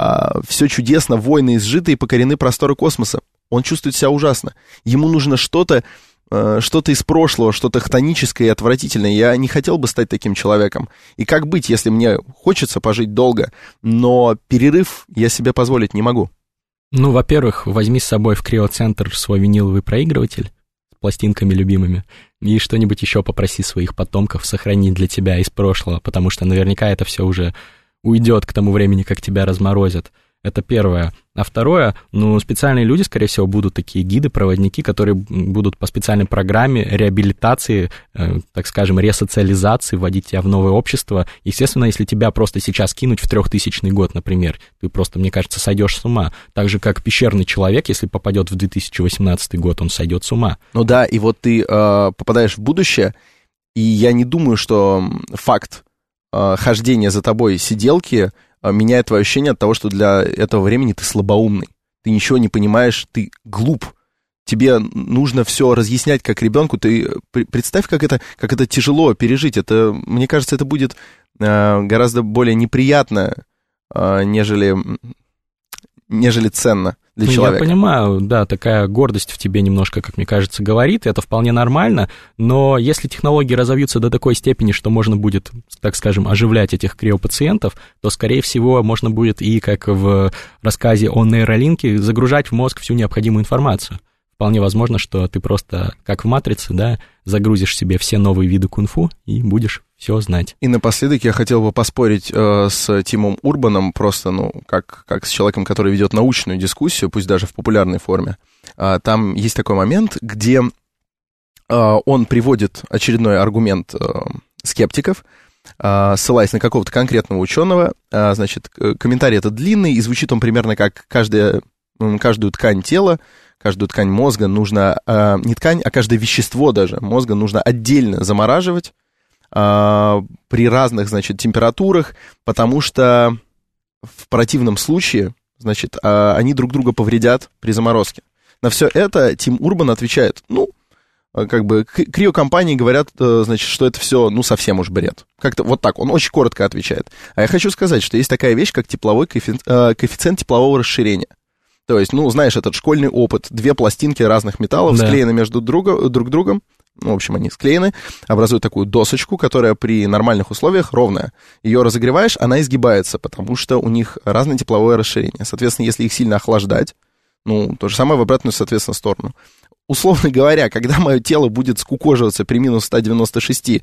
[SPEAKER 2] все чудесно, войны изжиты и покорены просторы космоса. Он чувствует себя ужасно. Ему нужно что-то, что-то из прошлого, что-то хтоническое и отвратительное. Я не хотел бы стать таким человеком. И как быть, если мне хочется пожить долго, но перерыв я себе позволить не могу?
[SPEAKER 3] Ну, во-первых, возьми с собой в криоцентр свой виниловый проигрыватель с пластинками любимыми и что-нибудь еще попроси своих потомков сохранить для тебя из прошлого, потому что наверняка это все уже уйдет к тому времени, как тебя разморозят. Это первое. А второе, ну, специальные люди, скорее всего, будут такие гиды, проводники, которые будут по специальной программе реабилитации, э, так скажем, ресоциализации, вводить тебя в новое общество. Естественно, если тебя просто сейчас кинуть в трехтысячный год, например, ты просто, мне кажется, сойдешь с ума. Так же, как пещерный человек, если попадет в две тысячи восемнадцатый год, он сойдет с ума.
[SPEAKER 2] Ну да, и вот ты э, попадаешь в будущее, и я не думаю, что факт э, хождения за тобой сиделки меняет твое ощущение от того, что для этого времени ты слабоумный, ты ничего не понимаешь, ты глуп, тебе нужно все разъяснять как ребенку, ты представь, как это, как это тяжело пережить, это, мне кажется, это будет э, гораздо более неприятно, э, нежели, нежели ценно для
[SPEAKER 3] ну,
[SPEAKER 2] человека.
[SPEAKER 3] Я понимаю, да, такая гордость в тебе немножко, как мне кажется, говорит, это вполне нормально, но если технологии разовьются до такой степени, что можно будет, так скажем, оживлять этих криопациентов, то, скорее всего, можно будет и, как в рассказе о нейролинке, загружать в мозг всю необходимую информацию. Вполне возможно, что ты просто, как в «Матрице», да, загрузишь себе все новые виды кунг-фу и будешь все знать.
[SPEAKER 2] И напоследок я хотел бы поспорить э, с Тимом Урбаном, просто, ну, как, как с человеком, который ведет научную дискуссию, пусть даже в популярной форме. А, там есть такой момент, где э, он приводит очередной аргумент э, скептиков, э, ссылаясь на какого-то конкретного ученого. Э, значит, комментарий этот длинный, и звучит он примерно как каждая, каждую ткань тела, каждую ткань мозга нужно, э, не ткань, а каждое вещество даже мозга нужно отдельно замораживать э, при разных, значит, температурах, потому что в противном случае, значит, э, они друг друга повредят при заморозке. На все это Тим Урбан отвечает, ну, как бы криокомпании говорят, э, значит, что это все, ну, совсем уж бред. Как-то вот так, он очень коротко отвечает. А я хочу сказать, что есть такая вещь, как тепловой коэффи... э, коэффициент теплового расширения. То есть, ну, знаешь, этот школьный опыт. Две пластинки разных металлов да. склеены между друга, друг другом. Ну, в общем, они склеены, образуют такую досочку, которая при нормальных условиях ровная. Ее разогреваешь, она изгибается, потому что у них разное тепловое расширение. Соответственно, если их сильно охлаждать, ну, то же самое в обратную, соответственно, сторону. Условно говоря, когда мое тело будет скукоживаться при минус ста девяноста шести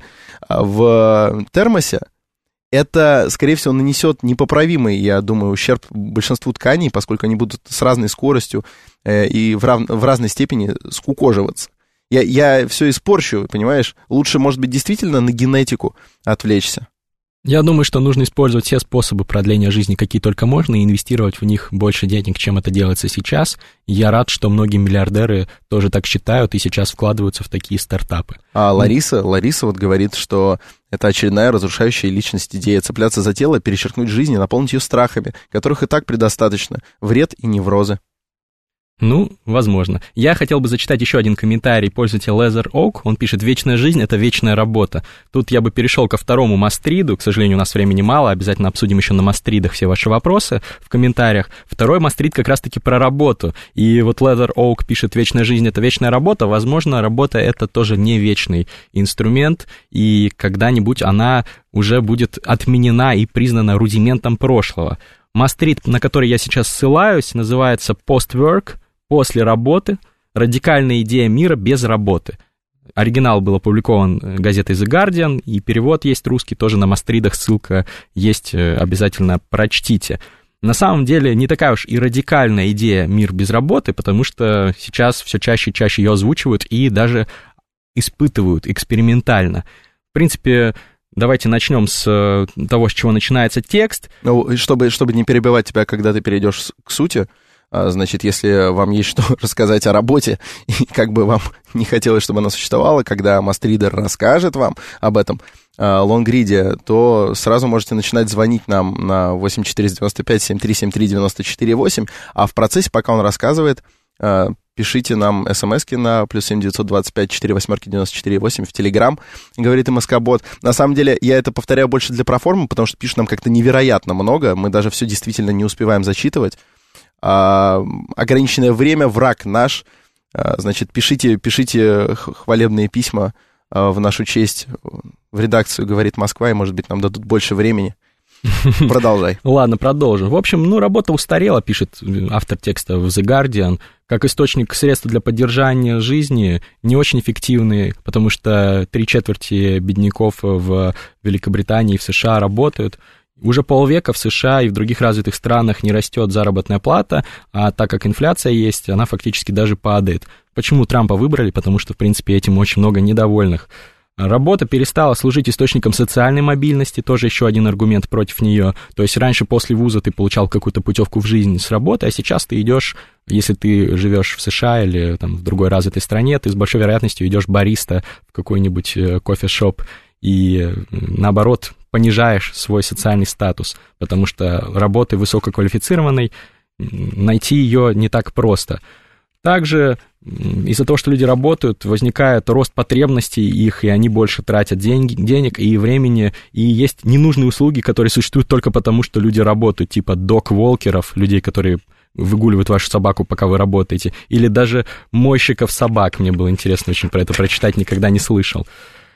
[SPEAKER 2] в термосе, это, скорее всего, нанесет непоправимый, я думаю, ущерб большинству тканей, поскольку они будут с разной скоростью э, и в, рав... в разной степени скукоживаться. Я, я все испорчу, понимаешь? Лучше, может быть, действительно на генетику отвлечься.
[SPEAKER 3] Я думаю, что нужно использовать все способы продления жизни, какие только можно, и инвестировать в них больше денег, чем это делается сейчас. Я рад, что многие миллиардеры тоже так считают и сейчас вкладываются в такие стартапы.
[SPEAKER 2] А Лариса, Лариса вот говорит, что это очередная разрушающая личность идея цепляться за тело, перечеркнуть жизнь и наполнить ее страхами, которых и так предостаточно. Вред и неврозы.
[SPEAKER 3] Ну, возможно. Я хотел бы зачитать еще один комментарий пользователя Leather Oak. Он пишет: «Вечная жизнь — это вечная работа». Тут я бы перешел ко второму мастриду. К сожалению, у нас времени мало. Обязательно обсудим еще на мастридах все ваши вопросы в комментариях. Второй мастрид как раз-таки про работу. И вот Leather Oak пишет: «Вечная жизнь — это вечная работа». Возможно, работа — это тоже не вечный инструмент, и когда-нибудь она уже будет отменена и признана рудиментом прошлого. Мастрид, на который я сейчас ссылаюсь, называется «Post-work», после работы, радикальная идея мира без работы. оригинал был опубликован газетой The Guardian, и перевод есть русский, тоже на Мастридах, ссылка есть, обязательно прочтите. На самом деле не такая уж и радикальная идея «Мир без работы», потому что сейчас все чаще и чаще ее озвучивают и даже испытывают экспериментально. В принципе, давайте начнем с того, с чего начинается текст.
[SPEAKER 2] Ну, чтобы, чтобы не перебивать тебя, когда ты перейдешь к сути, значит, если вам есть что рассказать о работе, и как бы вам не хотелось, чтобы она существовала, когда Мастридер расскажет вам об этом лонгриде, то сразу можете начинать звонить нам на восемь четыреста девяносто пять семь три семь три девяносто четыре восемь, а в процессе, пока он рассказывает, пишите нам смски на плюс семь девятьсот двадцать пять четыре восьмерки девяносто четыре восемь в Телеграм, говорит МСК-бот. На самом деле, я это повторяю больше для проформы, потому что пишут нам как-то невероятно много, мы даже все действительно не успеваем зачитывать. А, ограниченное время, враг наш. А, значит, пишите, пишите хвалебные письма а, в нашу честь в редакцию «Говорит Москва», и, может быть, нам дадут больше времени. Продолжай.
[SPEAKER 3] Ладно, продолжим. В общем, ну, работа устарела, пишет автор текста в The Guardian, как источник средств для поддержания жизни, не очень эффективный, потому что три четверти бедняков в Великобритании и в США работают. Уже полвека в США и в других развитых странах не растет заработная плата, а так как инфляция есть, она фактически даже падает. Почему Трампа выбрали? Потому что, в принципе, этим очень много недовольных. Работа перестала служить источником социальной мобильности, тоже еще один аргумент против нее. То есть раньше после вуза ты получал какую-то путевку в жизнь с работы, а сейчас ты идешь, если ты живешь в США или там, в другой развитой стране, ты с большой вероятностью идешь бариста в какой-нибудь кофе-шоп и, наоборот, понижаешь свой социальный статус, потому что работы высококвалифицированной найти ее не так просто. Также из-за того, что люди работают, возникает рост потребностей их, и они больше тратят деньги, денег и времени, и есть ненужные услуги, которые существуют только потому, что люди работают, типа док-волкеров, людей, которые выгуливают вашу собаку, пока вы работаете, или даже мойщиков собак. Мне было интересно очень про это прочитать, никогда не слышал.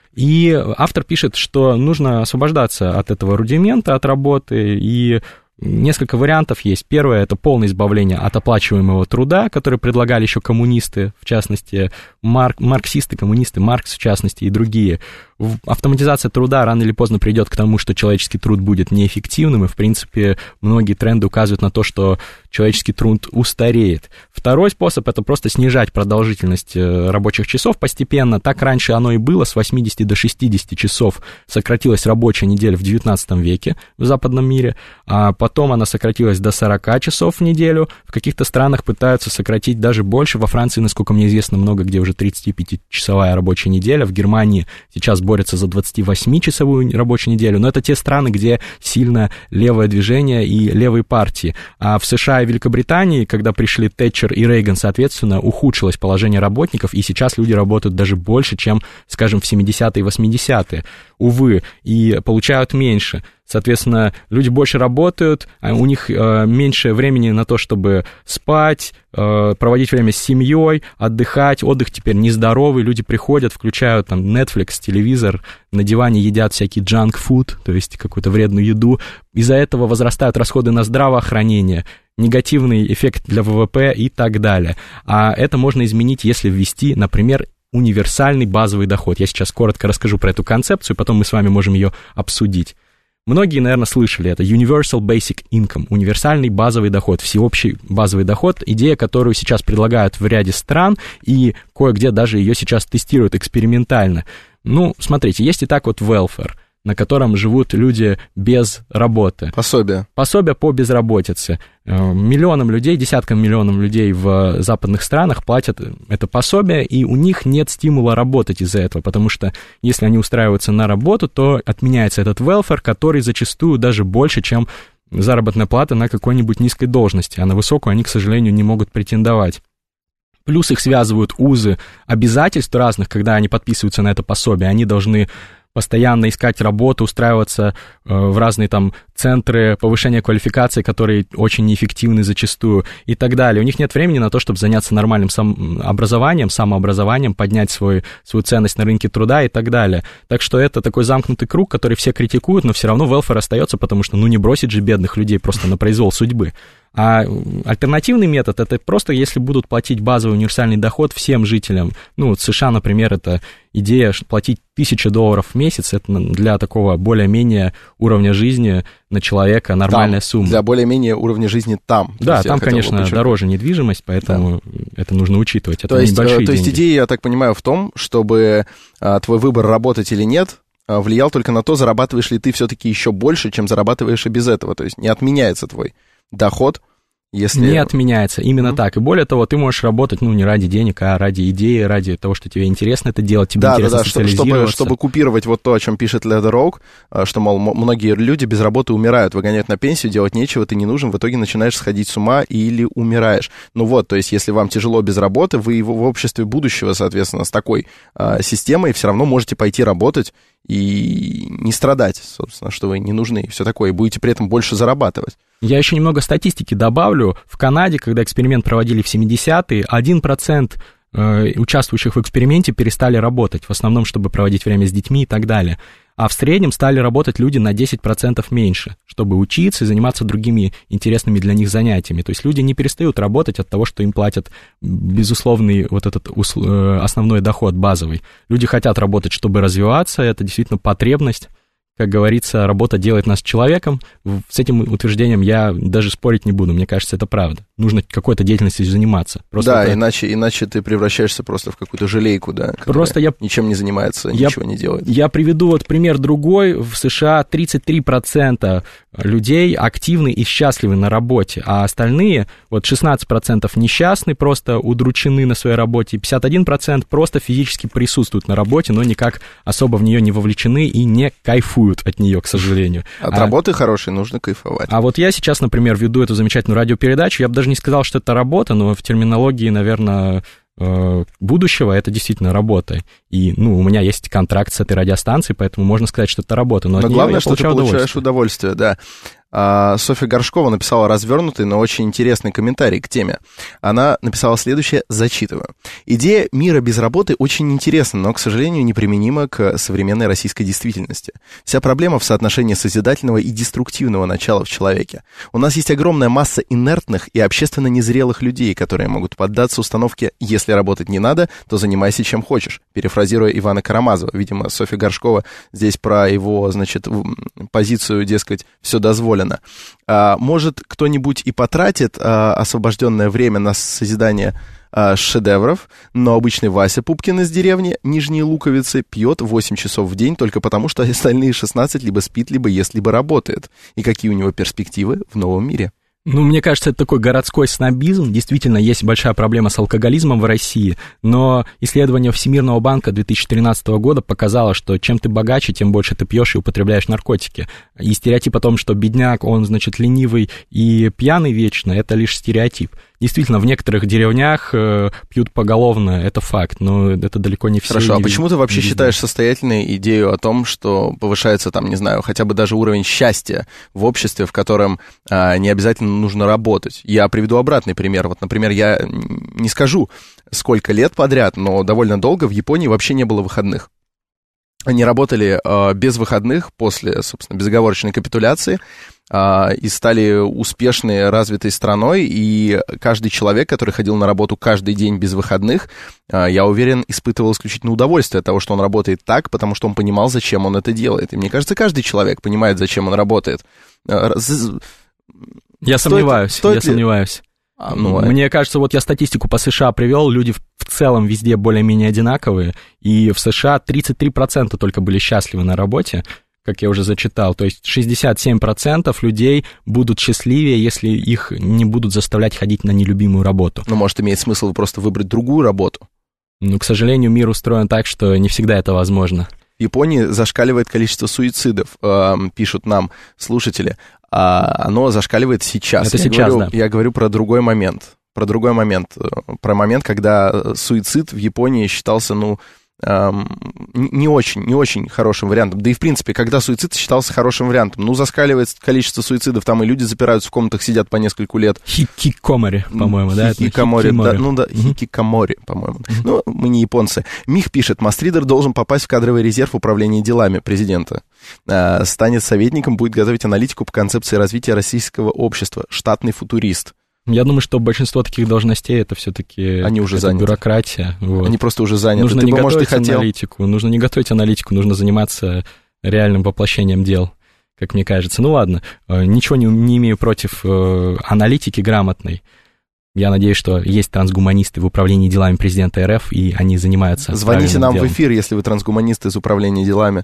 [SPEAKER 3] И автор пишет, что нужно освобождаться от этого рудимента, от работы, и несколько вариантов есть. Первое — это полное избавление от оплачиваемого труда, который предлагали еще коммунисты, в частности, марк, марксисты, коммунисты, Маркс, в частности, и другие. Автоматизация труда рано или поздно придет к тому, что человеческий труд будет неэффективным, и, в принципе, многие тренды указывают на то, что человеческий труд устареет. Второй способ — это просто снижать продолжительность рабочих часов постепенно. Так раньше оно и было, с восьмидесяти до шестидесяти часов сократилась рабочая неделя в девятнадцатом веке в западном мире, а потом она сократилась до сорока часов в неделю. В каких-то странах пытаются сократить даже больше. Во Франции, насколько мне известно, много где уже тридцатипятичасовая рабочая неделя. В Германии сейчас борются за двадцативосьмичасовую рабочую неделю. Но это те страны, где сильно левое движение и левые партии. А в США и Великобритании, когда пришли Тэтчер и Рейган, соответственно, ухудшилось положение работников, и сейчас люди работают даже больше, чем, скажем, в семидесятые и восьмидесятые. Увы, и получают меньше. Соответственно, люди больше работают, у них э, меньше времени на то, чтобы спать, э, проводить время с семьей, отдыхать. Отдых теперь нездоровый, люди приходят, включают там Netflix, телевизор, на диване едят всякий junk-food, то есть какую-то вредную еду. Из-за этого возрастают расходы на здравоохранение, негативный эффект для ВВП и так далее. А это можно изменить, если ввести, например, универсальный базовый доход. Я сейчас коротко расскажу про эту концепцию, потом мы с вами можем ее обсудить. Многие, наверное, слышали это. Universal Basic Income, универсальный базовый доход, всеобщий базовый доход, идея, которую сейчас предлагают в ряде стран, и кое-где даже ее сейчас тестируют экспериментально. Ну, смотрите, есть и так вот welfare, на котором живут люди без работы.
[SPEAKER 2] Пособие.
[SPEAKER 3] Пособие по безработице. Миллионам людей, десяткам миллионов людей в западных странах платят это пособие, и у них нет стимула работать из-за этого, потому что если они устраиваются на работу, то отменяется этот welfare, который зачастую даже больше, чем заработная плата на какой-нибудь низкой должности, а на высокую они, к сожалению, не могут претендовать. Плюс их связывают узы обязательств разных, когда они подписываются на это пособие, они должны постоянно искать работу, устраиваться в разные там центры повышения квалификации, которые очень неэффективны зачастую и так далее. У них нет времени на то, чтобы заняться нормальным сам... образованием, самообразованием, поднять свой, свою ценность на рынке труда и так далее. Так что это такой замкнутый круг, который все критикуют, но все равно велфер остается, потому что ну не бросить же бедных людей просто на произвол судьбы. А альтернативный метод — это просто если будут платить базовый универсальный доход всем жителям. Ну, в США, например, это идея платить тысячу долларов в месяц, это для такого более-менее уровня жизни на человека нормальная
[SPEAKER 2] там,
[SPEAKER 3] сумма.
[SPEAKER 2] Для более-менее уровня жизни там.
[SPEAKER 3] Да, там, конечно, дороже недвижимость, поэтому да. это нужно учитывать. Это
[SPEAKER 2] то есть,
[SPEAKER 3] небольшие
[SPEAKER 2] то есть
[SPEAKER 3] деньги.
[SPEAKER 2] идея, я так понимаю, в том, чтобы а, твой выбор работать или нет а, влиял только на то, зарабатываешь ли ты все-таки еще больше, чем зарабатываешь и без этого. То есть не отменяется твой доход, если...
[SPEAKER 3] Не отменяется, именно mm-hmm. так. И более того, ты можешь работать, ну, не ради денег, а ради идеи, ради того, что тебе интересно это делать, тебе
[SPEAKER 2] да,
[SPEAKER 3] интересно
[SPEAKER 2] да, да,
[SPEAKER 3] социализироваться.
[SPEAKER 2] Чтобы, чтобы купировать вот то, о чем пишет Leather Oak, что, мол, многие люди без работы умирают, выгоняют на пенсию, делать нечего, ты не нужен, в итоге начинаешь сходить с ума или умираешь. Ну вот, то есть, если вам тяжело без работы, вы в обществе будущего, соответственно, с такой а, системой все равно можете пойти работать и не страдать, собственно, что вы не нужны и все такое, и будете при этом больше зарабатывать.
[SPEAKER 3] Я еще немного статистики добавлю. В Канаде, когда эксперимент проводили в семидесятые, один процент участвующих в эксперименте перестали работать, в основном, чтобы проводить время с детьми и так далее. А в среднем стали работать люди на десять процентов меньше, чтобы учиться и заниматься другими интересными для них занятиями. То есть люди не перестают работать от того, что им платят безусловный вот этот основной доход базовый. Люди хотят работать, чтобы развиваться, это действительно потребность. Как говорится, работа делает нас человеком. С этим утверждением я даже спорить не буду. Мне кажется, это правда. Нужно какой-то деятельностью заниматься. Просто
[SPEAKER 2] да,
[SPEAKER 3] это...
[SPEAKER 2] иначе, иначе ты превращаешься просто в какую-то желейку, да,
[SPEAKER 3] просто я...
[SPEAKER 2] ничем не занимается,
[SPEAKER 3] я...
[SPEAKER 2] ничего не делает.
[SPEAKER 3] Я приведу вот пример другой. В США тридцать три процента людей активны и счастливы на работе, а остальные, вот шестнадцать процентов несчастны, просто удручены на своей работе, и пятьдесят один процент просто физически присутствуют на работе, но никак особо в нее не вовлечены и не кайфуют от нее, к сожалению.
[SPEAKER 2] От
[SPEAKER 3] а,
[SPEAKER 2] работы хорошей нужно кайфовать.
[SPEAKER 3] А вот я сейчас, например, веду эту замечательную радиопередачу, я бы даже не сказал, что это работа, но в терминологии, наверное, будущего это действительно работа. И, ну, у меня есть контракт с этой радиостанцией, поэтому можно сказать, что это работа. Но,
[SPEAKER 2] но главное, что ты получаешь
[SPEAKER 3] удовольствие,
[SPEAKER 2] удовольствие да. Софья Горшкова написала развернутый, но очень интересный комментарий к теме. Она написала следующее, зачитываю. «Идея мира без работы очень интересна, но, к сожалению, неприменима к современной российской действительности. Вся проблема в соотношении созидательного и деструктивного начала в человеке. У нас есть огромная масса инертных и общественно незрелых людей, которые могут поддаться установке «если работать не надо, то занимайся чем хочешь», перефразируя Ивана Карамазова. Видимо, Софья Горшкова здесь про его, значит, позицию, дескать, все дозволено. А, может, кто-нибудь и потратит а, освобожденное время на созидание а, шедевров, но обычный Вася Пупкин из деревни Нижние Луковицы пьет восемь часов в день только потому, что остальные шестнадцать либо спит, либо ест, либо работает. И какие у него перспективы в новом мире?»
[SPEAKER 3] Ну, мне кажется, это такой городской снобизм. Действительно, есть большая проблема с алкоголизмом в России, но исследование Всемирного банка две тысячи тринадцатого года показало, что чем ты богаче, тем больше ты пьешь и употребляешь наркотики. И стереотип о том, что бедняк, он, значит, ленивый и пьяный вечно, это лишь стереотип. Действительно, в некоторых деревнях э, пьют поголовно, это факт, но это далеко не все.
[SPEAKER 2] Хорошо, а почему ты вообще
[SPEAKER 3] везде.
[SPEAKER 2] считаешь состоятельной идею о том, что повышается, там, не знаю, хотя бы даже уровень счастья в обществе, в котором а, не обязательно нужно работать? Я приведу обратный пример. Вот, например, я не скажу, сколько лет подряд, но довольно долго в Японии вообще не было выходных. Они работали э, без выходных после, собственно, безоговорочной капитуляции э, и стали успешной, развитой страной, и каждый человек, который ходил на работу каждый день без выходных, э, я уверен, испытывал исключительно удовольствие от того, что он работает так, потому что он понимал, зачем он это делает. И мне кажется, каждый человек понимает, зачем он работает. Э,
[SPEAKER 3] я стоит, сомневаюсь, стоит я ли... сомневаюсь.
[SPEAKER 2] А, ну,
[SPEAKER 3] Мне кажется, вот я статистику по США привел, люди в целом везде более-менее одинаковые, и в США тридцать три процента только были счастливы на работе, как я уже зачитал, то есть шестьдесят семь процентов людей будут счастливее, если их не будут заставлять ходить на нелюбимую работу.
[SPEAKER 2] Ну, может, имеет смысл просто выбрать другую работу?
[SPEAKER 3] Ну, к сожалению, мир устроен так, что не всегда это возможно.
[SPEAKER 2] В Японии зашкаливает количество суицидов, э, пишут нам слушатели. А оно зашкаливает сейчас.
[SPEAKER 3] Это
[SPEAKER 2] я
[SPEAKER 3] сейчас,
[SPEAKER 2] говорю,
[SPEAKER 3] да.
[SPEAKER 2] Я говорю про другой момент. Про другой момент. Про момент, когда суицид в Японии считался, ну, не очень, не очень хорошим вариантом. Да и, в принципе, когда суицид считался хорошим вариантом, ну, заскаливает количество суицидов, там и люди запираются в комнатах, сидят по нескольку лет.
[SPEAKER 3] Хикикомори, по-моему, да?
[SPEAKER 2] Хикикомори, да, ну да, mm-hmm. хикикомори, по-моему. Mm-hmm. Ну, мы не японцы. Мих пишет, Мастридер должен попасть в кадровый резерв управления делами президента. А, станет советником, будет готовить аналитику по концепции развития российского общества. Штатный футурист.
[SPEAKER 3] Я думаю, что большинство таких должностей это все-таки
[SPEAKER 2] Они уже заняты.
[SPEAKER 3] Бюрократия. Вот.
[SPEAKER 2] Они просто уже заняты.
[SPEAKER 3] Нужно
[SPEAKER 2] Ты
[SPEAKER 3] не
[SPEAKER 2] бы, может,
[SPEAKER 3] готовить
[SPEAKER 2] хотел...
[SPEAKER 3] аналитику, нужно не готовить аналитику, нужно заниматься реальным воплощением дел, как мне кажется. Ну ладно, ничего не, не имею против аналитики грамотной. Я надеюсь, что есть трансгуманисты в управлении делами президента РФ, и они занимаются...
[SPEAKER 2] Звоните нам
[SPEAKER 3] делом.
[SPEAKER 2] в эфир, если вы трансгуманисты из управления делами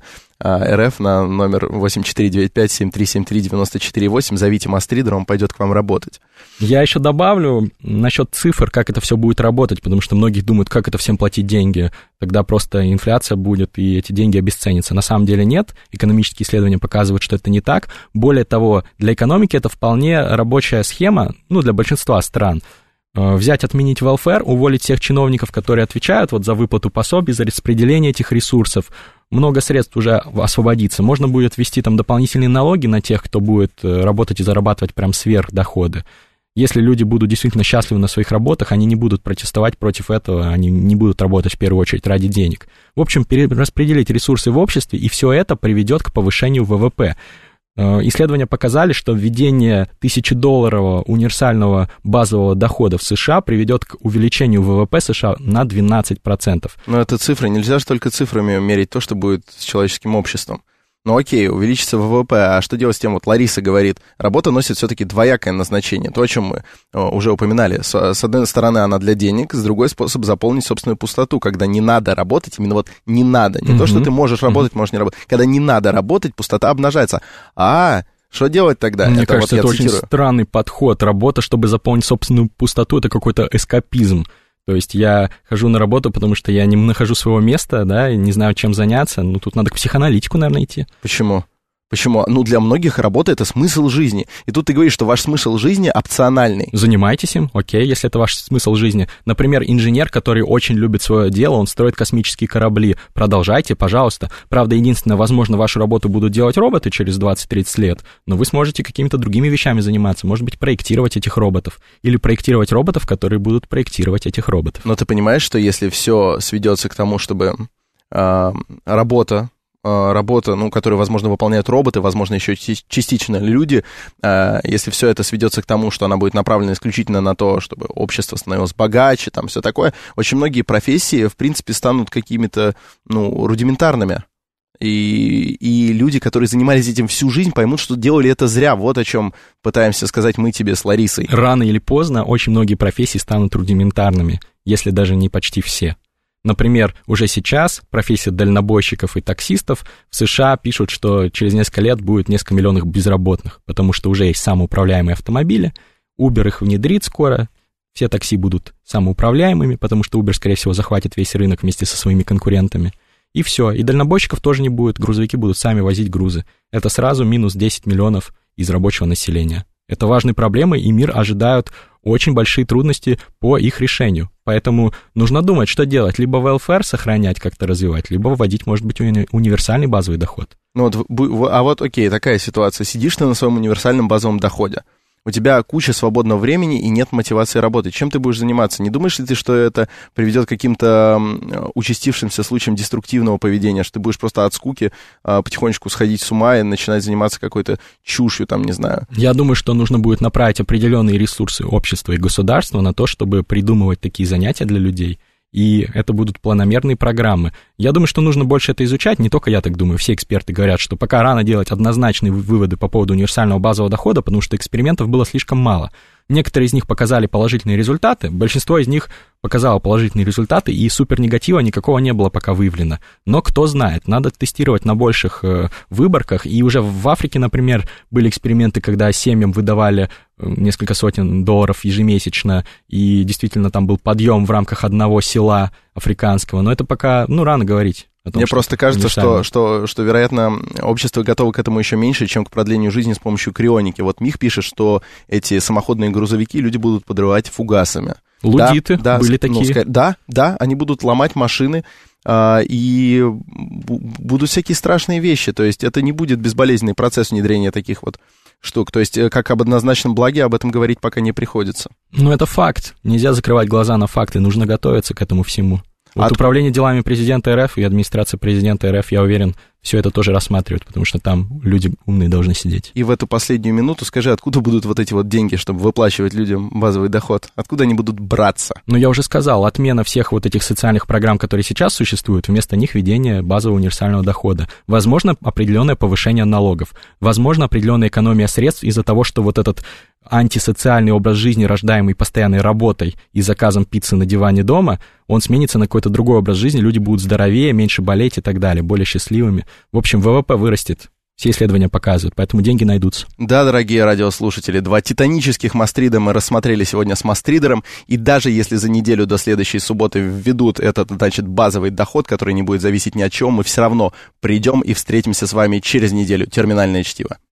[SPEAKER 2] РФ на номер восемь четыре девять пять семь три семь три девять четыре восемь. Зовите Мастридера, он пойдет к вам работать.
[SPEAKER 3] Я еще добавлю насчет цифр, как это все будет работать, потому что многие думают, как это всем платить деньги. Тогда просто инфляция будет, и эти деньги обесценятся. На самом деле нет. Экономические исследования показывают, что это не так. Более того, для экономики это вполне рабочая схема, ну, для большинства стран. Взять, отменить welfare, уволить всех чиновников, которые отвечают вот за выплату пособий, за распределение этих ресурсов. Много средств уже освободится. Можно будет ввести там дополнительные налоги на тех, кто будет работать и зарабатывать прям сверхдоходы. Если люди будут действительно счастливы на своих работах, они не будут протестовать против этого, они не будут работать в первую очередь ради денег. В общем, перераспределить ресурсы в обществе, и все это приведет к повышению ВВП. Исследования показали, что введение тысячедолларового универсального базового дохода в США приведет к увеличению ВВП США на двенадцать процентов.
[SPEAKER 2] Но это цифры, нельзя же только цифрами мерить то, что будет с человеческим обществом. Ну окей, увеличится ВВП, а что делать с тем, вот Лариса говорит, работа носит все-таки двоякое назначение, то, о чем мы уже упоминали. С, с одной стороны, она для денег, с другой способ заполнить собственную пустоту, когда не надо работать, именно вот не надо, не mm-hmm. то, что ты можешь работать, mm-hmm. можешь не работать, когда не надо работать, пустота обнажается. А, что делать тогда?
[SPEAKER 3] Мне
[SPEAKER 2] это
[SPEAKER 3] кажется,
[SPEAKER 2] вот
[SPEAKER 3] это очень
[SPEAKER 2] цитирую.
[SPEAKER 3] странный подход. Работа, чтобы заполнить собственную пустоту, это какой-то эскапизм. То есть я хожу на работу, потому что я не нахожу своего места, да, и не знаю, чем заняться. Ну, тут надо к психоаналитику, наверное, идти.
[SPEAKER 2] Почему? Почему? Ну, для многих работа — это смысл жизни. И тут ты говоришь, что ваш смысл жизни опциональный.
[SPEAKER 3] Занимайтесь им, окей, если это ваш смысл жизни. Например, инженер, который очень любит свое дело, он строит космические корабли. Продолжайте, пожалуйста. Правда, единственное, возможно, вашу работу будут делать роботы через двадцать-тридцать лет, но вы сможете какими-то другими вещами заниматься. Может быть, проектировать этих роботов. Или проектировать роботов, которые будут проектировать этих роботов.
[SPEAKER 2] Но ты понимаешь, что если все сведется к тому, чтобы э, работа, работа, ну, которую, возможно, выполняют роботы, возможно, еще частично люди, если все это сведется к тому, что она будет направлена исключительно на то, чтобы общество становилось богаче, там все такое, очень многие профессии, в принципе, станут какими-то, ну, рудиментарными. И, и люди, которые занимались этим всю жизнь, поймут, что делали это зря. Вот о чем пытаемся сказать мы тебе с Ларисой.
[SPEAKER 3] Рано или поздно очень многие профессии станут рудиментарными, если даже не почти все. Например, уже сейчас профессия дальнобойщиков и таксистов в США пишут, что через несколько лет будет несколько миллионов безработных, потому что уже есть самоуправляемые автомобили, Uber их внедрит скоро, все такси будут самоуправляемыми, потому что Uber, скорее всего, захватит весь рынок вместе со своими конкурентами. И все, и дальнобойщиков тоже не будет, грузовики будут сами возить грузы. Это сразу минус десять миллионов из рабочего населения. Это важные проблемы, и мир ожидают очень большие трудности по их решению. Поэтому нужно думать, что делать. Либо welfare сохранять, как-то развивать, либо вводить, может быть, уни- универсальный базовый доход.
[SPEAKER 2] Ну вот, а вот окей, такая ситуация. Сидишь ты на своем универсальном базовом доходе. У тебя куча свободного времени и нет мотивации работать. Чем ты будешь заниматься? Не думаешь ли ты, что это приведет к каким-то участившимся случаям деструктивного поведения, что ты будешь просто от скуки потихонечку сходить с ума и начинать заниматься какой-то чушью, там, не знаю?
[SPEAKER 3] Я думаю, что нужно будет направить определенные ресурсы общества и государства на то, чтобы придумывать такие занятия для людей. И это будут планомерные программы. Я думаю, что нужно больше это изучать, не только я так думаю, все эксперты говорят, что пока рано делать однозначные выводы по поводу универсального базового дохода, потому что экспериментов было слишком мало. Некоторые из них показали положительные результаты, большинство из них показало положительные результаты, и супернегатива никакого не было пока выявлено. Но кто знает, надо тестировать на больших э, выборках, и уже в Африке, например, были эксперименты, когда семьям выдавали несколько сотен долларов ежемесячно, и действительно там был подъем в рамках одного села африканского, но это пока, ну, рано говорить. Том,
[SPEAKER 2] Мне просто кажется, что, что, что, вероятно, общество готово к этому еще меньше, чем к продлению жизни с помощью крионики. Вот Мих пишет, что эти самоходные грузовики люди будут подрывать фугасами.
[SPEAKER 3] Лудиты
[SPEAKER 2] да,
[SPEAKER 3] были
[SPEAKER 2] да,
[SPEAKER 3] такие.
[SPEAKER 2] Ну, да, да, они будут ломать машины, а, и будут всякие страшные вещи. То есть это не будет безболезненный процесс внедрения таких вот штук. То есть как об однозначном благе, об этом говорить пока не приходится.
[SPEAKER 3] Ну, это факт. Нельзя закрывать глаза на факты, нужно готовиться к этому всему. Вот От... Управление делами президента РФ и администрация президента РФ, я уверен, все это тоже рассматривают, потому что там люди умные должны сидеть.
[SPEAKER 2] И в эту последнюю минуту скажи, откуда будут вот эти вот деньги, чтобы выплачивать людям базовый доход? Откуда они будут браться?
[SPEAKER 3] Ну, я уже сказал, отмена всех вот этих социальных программ, которые сейчас существуют, вместо них введение базового универсального дохода. Возможно, определенное повышение налогов. Возможно, определенная экономия средств из-за того, что вот этот антисоциальный образ жизни, рождаемый постоянной работой и заказом пиццы на диване дома, он сменится на какой-то другой образ жизни, люди будут здоровее, меньше болеть и так далее, более счастливыми. В общем, ВВП вырастет. Все исследования показывают, поэтому деньги найдутся.
[SPEAKER 2] Да, дорогие радиослушатели, два титанических Мастрида мы рассмотрели сегодня с Мастридером, и даже если за неделю до следующей субботы введут этот, значит, базовый доход, который не будет зависеть ни от чего, мы все равно придем и встретимся с вами через неделю. Терминальное чтиво.